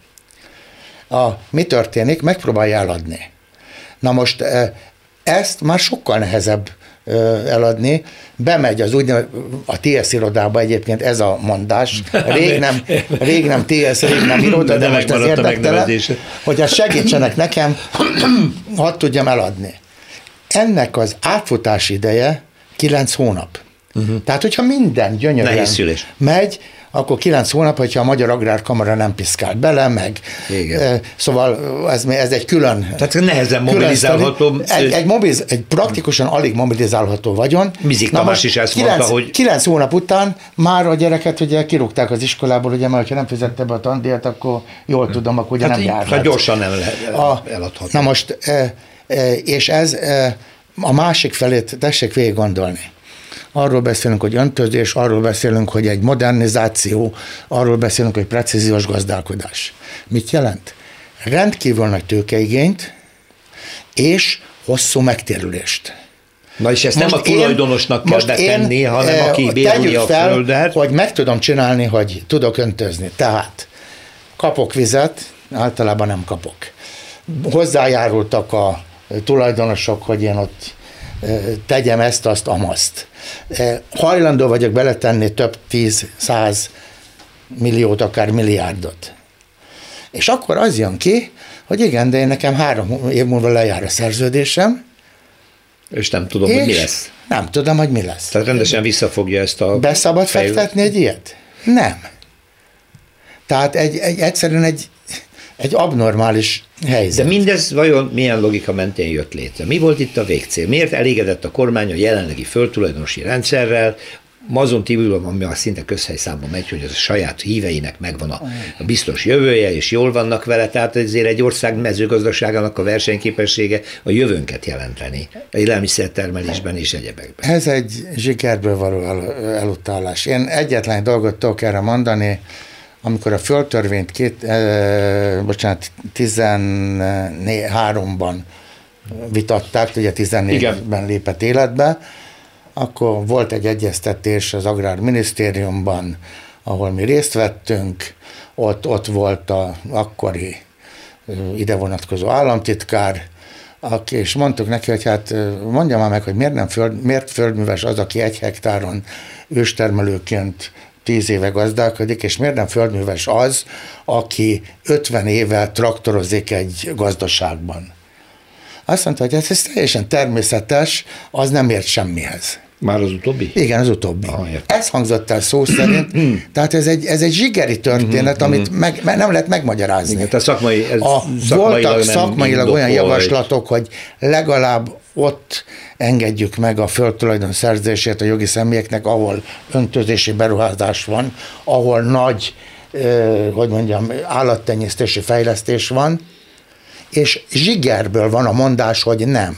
A, mi történik? Megpróbálja eladni. Na most ezt már sokkal nehezebb eladni, bemegy az úgy, a té es irodába egyébként ez a mondás, rég nem, rég nem té es, rég nem iroda, de, de most ez érdektelen, hogy ezt segítsenek nekem, hadd tudjam eladni. Ennek az átfutási ideje kilenc hónap. Uh-huh. Tehát, hogyha minden gyönyörűen megy, akkor kilenc hónap, hogyha a Magyar Agrárkamara nem piszkál bele, meg igen. Szóval ez, ez egy külön... Tehát nehezen mobilizálható... Egy, egy, mobiliz, egy praktikusan alig mobilizálható vagyon. Mizik Tamás is ezt kilenc, mondta, hogy... kilenc hónap után már a gyereket ugye kirúgták az iskolából, ugye, mert ha nem fizette be a tandíjat, akkor jól tudom, akkor ugye hát nem jár. Hát gyorsan nem eladható. Na most, és ez a másik felét tessék végig gondolni. Arról beszélünk, hogy öntözés, arról beszélünk, hogy egy modernizáció, arról beszélünk, hogy precíziós gazdálkodás. Mit jelent? Rendkívül nagy tőkeigényt és hosszú megtérülést. Na és ezt most nem a tulajdonosnak én, kell betenni, én, hanem aki bérli a fel, földet. Hogy meg tudom csinálni, hogy tudok öntözni. Tehát kapok vizet, általában nem kapok. Hozzájárultak a tulajdonosok, hogy én ott tegyem ezt, azt, amaszt. Hajlandó vagyok beletenni több tíz, száz milliót, akár milliárdot. És akkor az jön ki, hogy igen, de én nekem három év múlva lejár a szerződésem, és nem tudom, és hogy mi lesz. Nem tudom, hogy mi lesz. Tehát rendesen visszafogja ezt a... Be szabad fejl... fektetni egy ilyet? Nem. Tehát egy, egy, egyszerűen egy, egy abnormális helyzet. De mindez vajon milyen logika mentén jött létre? Mi volt itt a végcél? Miért elégedett a kormány a jelenlegi földtulajdonosi rendszerrel, azon kívül, ami a szinte közhelyszámban megy, hogy az a saját híveinek megvan a, a biztos jövője, és jól vannak vele, tehát ezért egy ország mezőgazdaságának a versenyképessége a jövőnket jelenteni, a élelmiszertermelésben és egyebekben. Ez egy zsikerből való el, elutálás. Én egyetlen dolgot tudok erre mondani, amikor a földtörvényt két, eh, bocsánat, tizenháromban vitatták, ugye tizennégyben lépett életbe, akkor volt egy egyeztetés az Agrárminisztériumban, ahol mi részt vettünk, ott, ott volt az akkori ide vonatkozó államtitkár, aki, és mondtuk neki, hogy hát mondja már meg, hogy miért, nem föld, miért földműves az, aki egy hektáron őstermelőként tíz éve gazdálkodik, és miért nem földműves az, aki ötven éve traktorozik egy gazdaságban. Azt mondta, hogy ez teljesen természetes, az nem ért semmihez. Már az utóbbi? Igen, az utóbbi. Aha, ez hangzott el szó szerint, tehát ez egy, ez egy zsigeri történet, amit meg, nem lehet megmagyarázni. Igen, tehát szakmai, ez a, szakmailag voltak szakmailag olyan javaslatok, hogy legalább ott engedjük meg a földtulajdon szerzését a jogi személyeknek, ahol öntözési beruházás van, ahol nagy, eh, hogy mondjam, állattenyésztési fejlesztés van, és zsigerből van a mondás, hogy nem.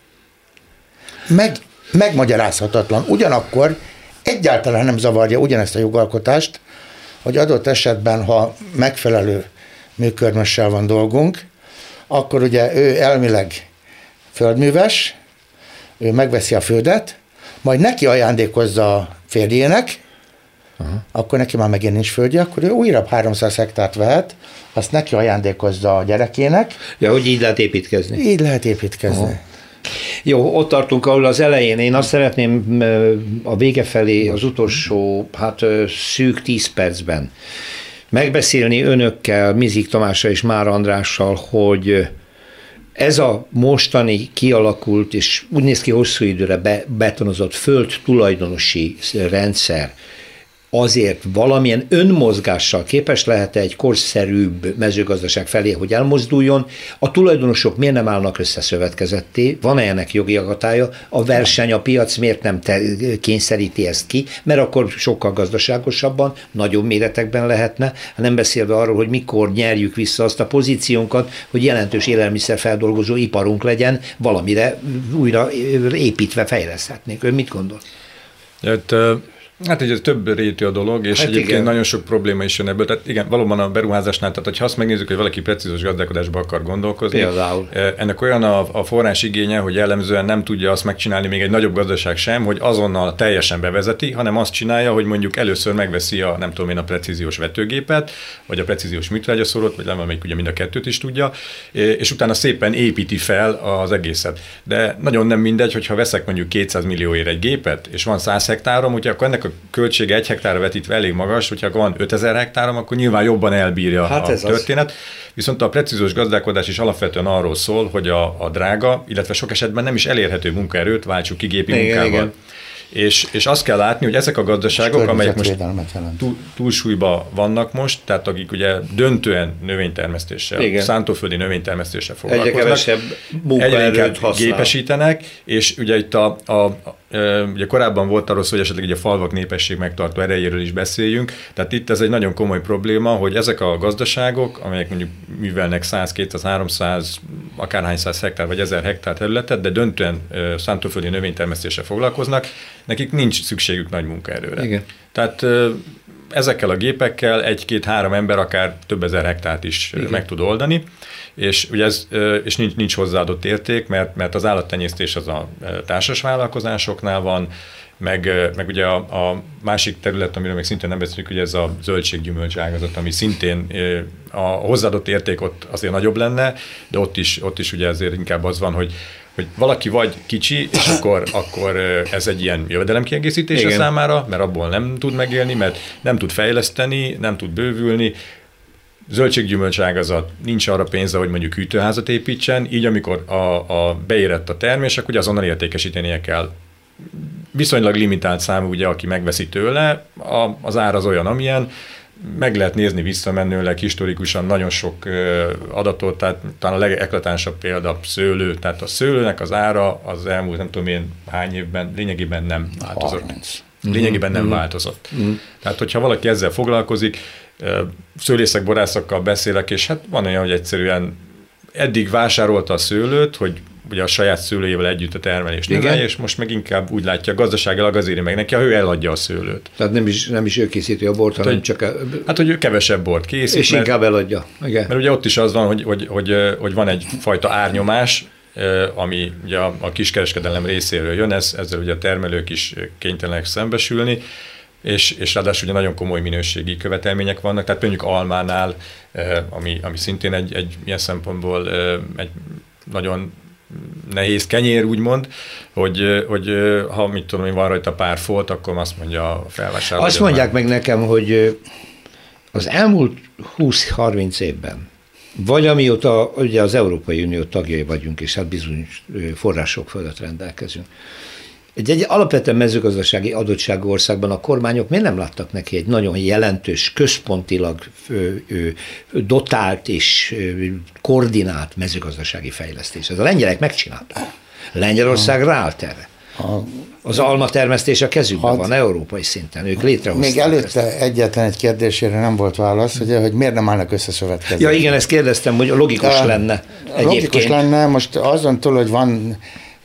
Meg, megmagyarázhatatlan. Ugyanakkor egyáltalán nem zavarja ugyanezt a jogalkotást, hogy adott esetben, ha megfelelő műkörmössel van dolgunk, akkor ugye ő elmileg földműves, ő megveszi a földet, majd neki ajándékozza a férjének, aha, akkor neki már megint nincs földje, akkor ő újabb háromszáz hektárt vehet, azt neki ajándékozza a gyerekének. Ja, hogy így lehet építkezni. Így lehet építkezni. Aha. Jó, ott tartunk, ahol az elején. Én azt szeretném a vége felé, az utolsó, hát szűk tíz percben megbeszélni önökkel, Mizik Tamással és Már Andrással, hogy ez a mostani kialakult, és úgy néz ki hosszú időre be, betonozott föld tulajdonosi rendszer azért valamilyen önmozgással képes lehet egy korszerűbb mezőgazdaság felé, hogy elmozduljon. A tulajdonosok miért nem állnak össze szövetkezetté? Van-e ennek jogi akadálya? A verseny, a piac miért nem te, kényszeríti ezt ki? Mert akkor sokkal gazdaságosabban, nagyobb méretekben lehetne, nem beszélve arról, hogy mikor nyerjük vissza azt a pozíciónkat, hogy jelentős élelmiszerfeldolgozó iparunk legyen, valamire újra építve fejleszthetnénk. Ön mit gondol? Hát, Hát ez több rétű a dolog, és hát egyébként igen. Nagyon sok probléma is jön ebből. Tehát igen, valóban a beruházásnál, tehát ha azt megnézzük, hogy valaki precízos gazdálkodásba akar gondolkozni, például. Ennek olyan a, a forrás igénye, hogy jellemzően nem tudja azt megcsinálni még egy nagyobb gazdaság sem, hogy azonnal teljesen bevezeti, hanem azt csinálja, hogy mondjuk először megveszi a, nem tudom én, a precíziós vetőgépet, vagy a precíziós műtrágyaszórót, vagy nem, amelyik ugye mind a kettőt is tudja, és utána szépen építi fel az egészet. De nagyon nem mindegy, hogyha veszek mondjuk kétszáz millióért egy gépet, és van száz hektárom, ugye akkor ennek a költsége egy hektárra vetítve elég magas, hogyha van ötezer hektárom, akkor nyilván jobban elbírja hát a történet. Az. Viszont a precíziós gazdálkodás is alapvetően arról szól, hogy a, a drága, illetve sok esetben nem is elérhető munkaerőt váltsuk ki gépi igen, munkával. Igen. És, és azt kell látni, hogy ezek a gazdaságok, amelyek most túl, túlsúlyban vannak most, tehát akik ugye döntően növénytermesztéssel, igen. szántóföldi növénytermesztéssel foglalkoznak, egyre kevesebb munkaerőt gépesítenek, és ugye itt a, a, a ugye korábban volt arról szó, hogy esetleg ugye a falvak népesség megtartó erejéről is beszéljünk, tehát itt ez egy nagyon komoly probléma, hogy ezek a gazdaságok, amelyek mondjuk művelnek száz, kétszáz, háromszáz, akárhány száz hektár vagy ezer hektár területet, de döntően szántóföldi növénytermesztéssel foglalkoznak, nekik nincs szükségük nagy munkaerőre. Igen. Tehát ezekkel a gépekkel egy-két-három ember akár több ezer hektárt is igen. meg tud oldani, és, ugye ez, és nincs, nincs hozzáadott érték, mert, mert az állattenyésztés az a társas vállalkozásoknál van, meg, meg ugye a, a másik terület, amiről még szintén nem beszélünk, ugye ez a zöldséggyümölcs ágazat, ami szintén a hozzáadott érték ott azért nagyobb lenne, de ott is, ott is ugye azért inkább az van, hogy hogy valaki vagy kicsi, és akkor, akkor ez egy ilyen jövedelemkiegészítés a számára, mert abból nem tud megélni, mert nem tud fejleszteni, nem tud bővülni. Zöldséggyümölcs ágazat, nincs arra pénze, hogy mondjuk hűtőházat építsen, így amikor a, a beérett a termés, akkor azonnal értékesítenie kell. Viszonylag limitált számú, ugye, aki megveszi tőle, a, az ár az olyan, amilyen, meg lehet nézni visszamenőleg, historikusan nagyon sok adatot, tehát talán a legeklatánsabb példa szőlő, tehát a szőlőnek az ára az elmúlt nem tudom én hány évben lényegében nem változott. harminc Lényegében nem mm-hmm. változott. Mm-hmm. Tehát, hogyha valaki ezzel foglalkozik, szőlészek, borászokkal beszélek, és hát van olyan, hogy egyszerűen eddig vásárolta a szőlőt, hogy ugye a saját szőlőjével együtt a termelést növelje, és most meg inkább úgy látja, gazdaságilag azért meg neki, ha ő eladja a szőlőt. Tehát nem is, nem is ő készíti a bort, hanem csak... A... Hát, hogy ő kevesebb bort készít. És mert, inkább eladja. Igen. Mert ugye ott is az van, hogy, hogy, hogy, hogy van egyfajta árnyomás, ami ugye a, a kiskereskedelem részéről jön, ez, ezzel ugye a termelők is kénytelenek szembesülni, és, és ráadásul ugye nagyon komoly minőségi követelmények vannak, tehát mondjuk almánál, ami, ami szintén egy, egy ilyen szempontból egy nagyon nehéz kenyér, úgymond, hogy, hogy ha mit tudom én, van rajta pár folt, akkor azt mondja a felvásárló. Azt mondják már... meg nekem, hogy az elmúlt húsz-harminc évben, vagy amióta ugye az Európai Unió tagjai vagyunk, és hát bizonyos források fölött rendelkezünk, Egy, egy alapvetően mezőgazdasági adottságú országban a kormányok miért nem láttak neki egy nagyon jelentős, központilag ö, ö, dotált és ö, koordinált mezőgazdasági fejlesztés? Ez a lengyelek megcsinálták. Lengyelország ráállt erre. Az almatermesztés a kezükben had, van, európai szinten, ők létrehozták. Még előtte ezt. Egyetlen egy kérdésére nem volt válasz, ugye, hogy miért nem állnak össze szövetkezetben. Ja igen, ezt kérdeztem, hogy logikus uh, lenne egyébként. Logikus lenne, most azon túl, hogy van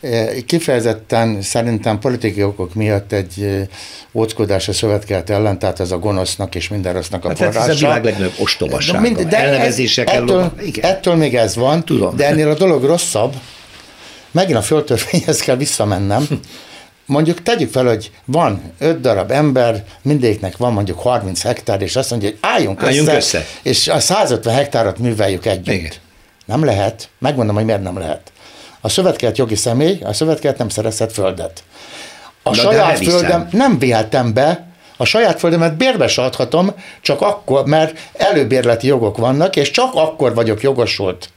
kifejezetten szerintem politikai okok miatt egy óckodás a szövetkezet ellen, tehát ez a gonosznak és minden rossznak a hát forrása. Ez a világ legnagyobb ostobasága. Mind, de elnevezésekkel ettől, ettől még ez van, tudom. De ennél a dolog rosszabb, megint a földtörvényhez kell visszamennem. Mondjuk tegyük fel, hogy van öt darab ember, mindegyiknek van mondjuk harminc hektár, és azt mondja, hogy álljunk, álljunk össze, össze, és a százötven hektárat műveljük együtt. Igen. Nem lehet, megmondom, hogy miért nem lehet. A szövetkezet jogi személy, a szövetkezet nem szerezhet földet. A Na saját földem nem vihetem be, a saját földemet bérbe se adhatom, csak akkor, mert előbérleti jogok vannak, és csak akkor vagyok jogosult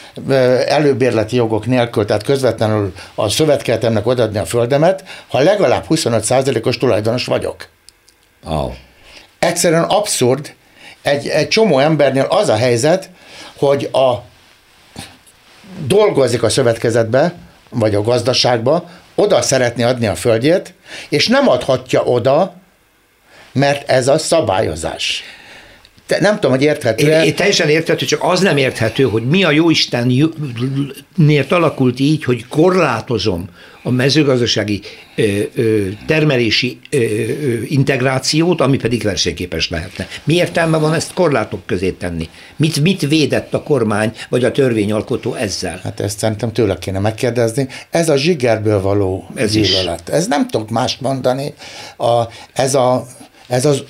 előbérleti jogok nélkül, tehát közvetlenül a szövetkezetemnek odaadni a földemet, ha legalább huszonöt százalékos tulajdonos vagyok. Oh. egyszerűen abszurd. Egy, egy csomó embernél az a helyzet, hogy a dolgozik a szövetkezetbe, vagy a gazdaságba, oda szeretné adni a földjét, és nem adhatja oda, mert ez a szabályozás. Te, nem tudom, hogy érthető. Én, én teljesen érthető, csak az nem érthető, hogy mi a jóistenért alakult így, hogy korlátozom a mezőgazdasági ö, ö, termelési ö, ö, integrációt, ami pedig versenyképes lehetne. Mi értelme van ezt korlátok közé tenni? Mit, mit védett a kormány, vagy a törvényalkotó ezzel? Hát ezt szerintem tőle kéne megkérdezni. Ez a zsigerből való ez gyűlölet. Ez nem tudok mást mondani. A, ez, a, ez az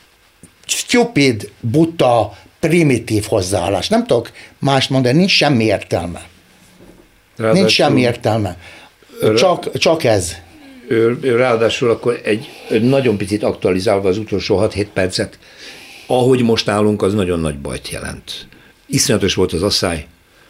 stupid, buta, primitív hozzáállás. Nem tudok mást mondani, nincs semmi értelme. Ráadásul, nincs semmi értelme. Csak, csak ez. Ráadásul akkor egy nagyon picit aktualizálva az utolsó hat-hét percet, ahogy most állunk, az nagyon nagy bajt jelent. Iszonyatos volt az asszály,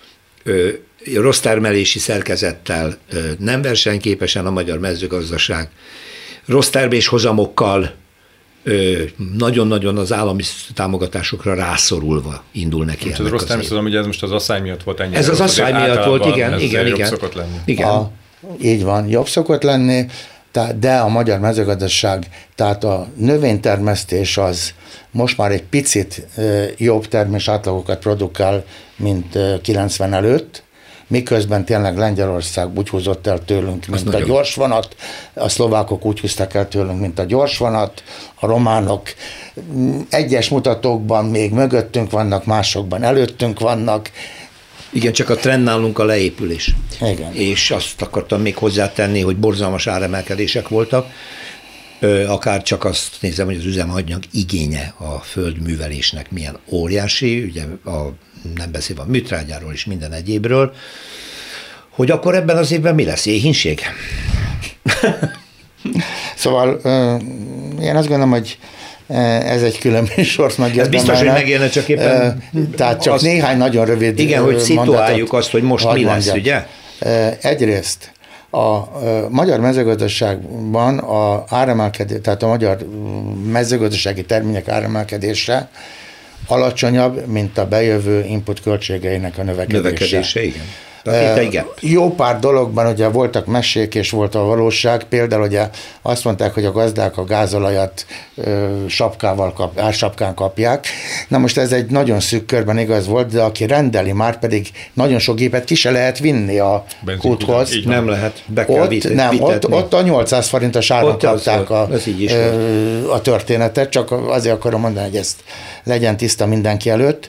rossz termelési szerkezettel, nem versenyképesen a magyar mezőgazdaság, rossz terméshozamokkal, nagyon-nagyon az állami támogatásokra rászorulva indul neki. Most az rossz természetesen, hogy ez most az asszály miatt volt ennyire. Ez az asszály miatt volt, igen, igen, jobb igen. szokott lenni. Igen. A, így van, jobb szokott lenni, de a magyar mezőgazdaság, tehát a növénytermesztés az most már egy picit jobb termés átlagokat produkál, mint kilencven előtt, miközben tényleg Lengyelország úgy húzott el tőlünk, mint Azt a gyorsvonat, a szlovákok úgy húzták el tőlünk, mint a gyorsvonat, a románok egyes mutatókban még mögöttünk vannak, másokban előttünk vannak. Igen, csak a trend nálunk a leépülés. Igen. És azt akartam még hozzátenni, hogy borzalmas áremelkedések voltak, akár csak azt nézem, hogy az üzemanyag igénye a földművelésnek milyen óriási, ugye a, nem beszélve a műtrágyáról és minden egyébről, hogy akkor ebben az évben mi lesz? Éhínség? Szóval én azt gondolom, hogy ez egy külön műsort megérdemelne. Ez biztos, hogy megérne, csak éppen... Tehát csak azt, néhány nagyon rövid igen, hogy szituáljuk azt, hogy most mi lesz, ugye? Egyrészt a magyar mezőgazdaságban a áremelkedés, tehát a magyar mezőgazdasági termények áremelkedése alacsonyabb, mint a bejövő input költségeinek a növekedése. Növekedése, igen. Uh, igen. Jó pár dologban ugye voltak mesék és volt a valóság, például ugye azt mondták, hogy a gazdák a gázolajat uh, sapkával kap, ársapkán kapják. Na most ez egy nagyon szűk körben igaz volt, de aki rendeli, már pedig nagyon sok gépet ki se lehet vinni a kúthoz. Nem lehet, be kell ott, vit- nem, ott, ott a nyolcszáz forintos áron kapták a, a történetet, csak azért akarom mondani, hogy ezt legyen tiszta mindenki előtt.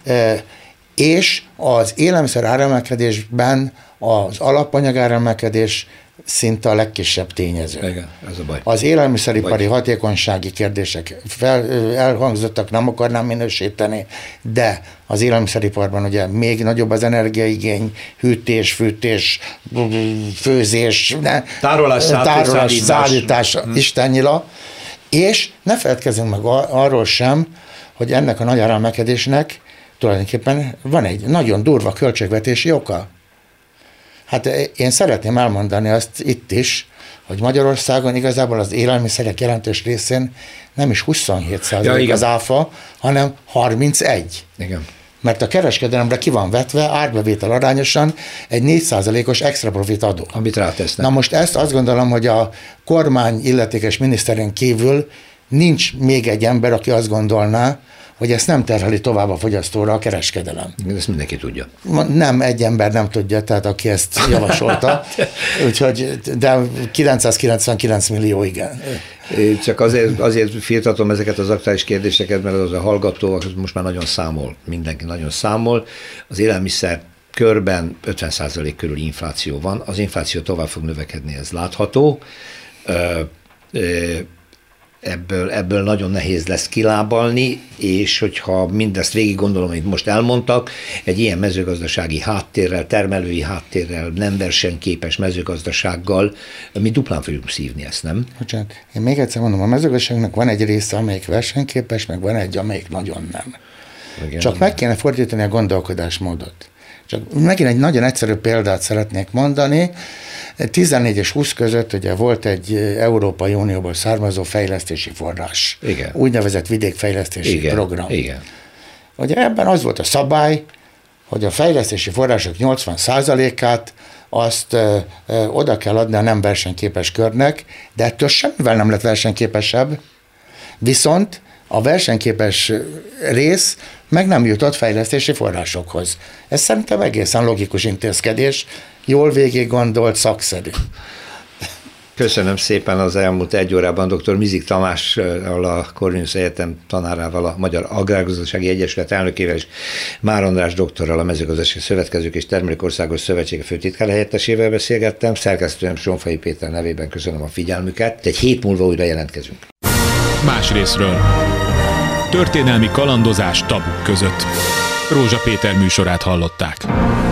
És az élelmiszer áremelkedésben az alapanyag áremelkedés szinte a legkisebb tényező. Igen, ez a baj. Az élelmiszeripari baj. Hatékonysági kérdések fel, elhangzottak, nem akarnám minősíteni, de az élelmiszeriparban ugye még nagyobb az energiaigény, hűtés, fűtés, főzés, ne, tárolás, tárolás szállítás, szállítás hmm. istennyila, és ne feledkezzünk meg arról sem, hogy ennek a nagy áremelkedésnek tulajdonképpen van egy nagyon durva költségvetési oka. Hát én szeretném elmondani azt itt is, hogy Magyarországon igazából az élelmiszerek jelentős részén nem is huszonhét százalék ja, az áfa, hanem harmincegy. Igen. Mert a kereskedelemre ki van vetve árbevétel arányosan egy négy százalékos extra profit adó. Amit rátesznek. Na most ezt azt gondolom, hogy a kormány illetékes miniszterén kívül nincs még egy ember, aki azt gondolná, hogy ezt nem terheli tovább a fogyasztóra a kereskedelem. Ezt mindenki tudja. Nem, egy ember nem tudja, tehát aki ezt javasolta, úgyhogy, de kilencszázkilencvenkilenc millió igen. Csak azért, azért firtatom ezeket az aktuális kérdéseket, mert az a hallgató most már nagyon számol, mindenki nagyon számol. Az élelmiszer körben ötven százalék körül infláció van, az infláció tovább fog növekedni, ez látható. Ö, ö, Ebből, ebből nagyon nehéz lesz kilábalni, és hogyha mindezt végig gondolom, amit most elmondtak, egy ilyen mezőgazdasági háttérrel, termelői háttérrel, nem versenyképes mezőgazdasággal, mi duplán fogjuk szívni ezt, nem? Bocsánat, én még egyszer mondom, a mezőgazdaságnak van egy része, amelyik versenyképes, meg van egy, amelyik nagyon nem. Igen. Csak meg kéne fordítani a gondolkodásmódot. Csak megint egy nagyon egyszerű példát szeretnék mondani. tizennégy és húsz között ugye volt egy Európai Unióból származó fejlesztési forrás. Igen. Úgynevezett vidékfejlesztési Igen. program. Igen. Ugye ebben az volt a szabály, hogy a fejlesztési források nyolcvan százalékát azt ö, ö, oda kell adni a nem versenyképes körnek, de ettől semmivel nem lett versenyképesebb, viszont a versenyképes rész meg nem jutott fejlesztési forrásokhoz. Ez szerintem egészen logikus intézkedés, jól végig gondolt, szakszerű. Köszönöm szépen az elmúlt egy órában dr. Mizik Tamással, a Corvinus Egyetem tanárával, a Magyar Agrárgazdasági Egyesület elnökével és Már András doktorral, a Mezőgazdasági Szövetkezők és Termelők Országos Szövetsége főtitkár helyettesével beszélgettem. Szerkesztőm Sonfai Péter nevében köszönöm a figyelmüket. Egy hét múlva újra jelentkezünk. Más részről. Történelmi kalandozás tabuk között. Rózsa Péter műsorát hallották.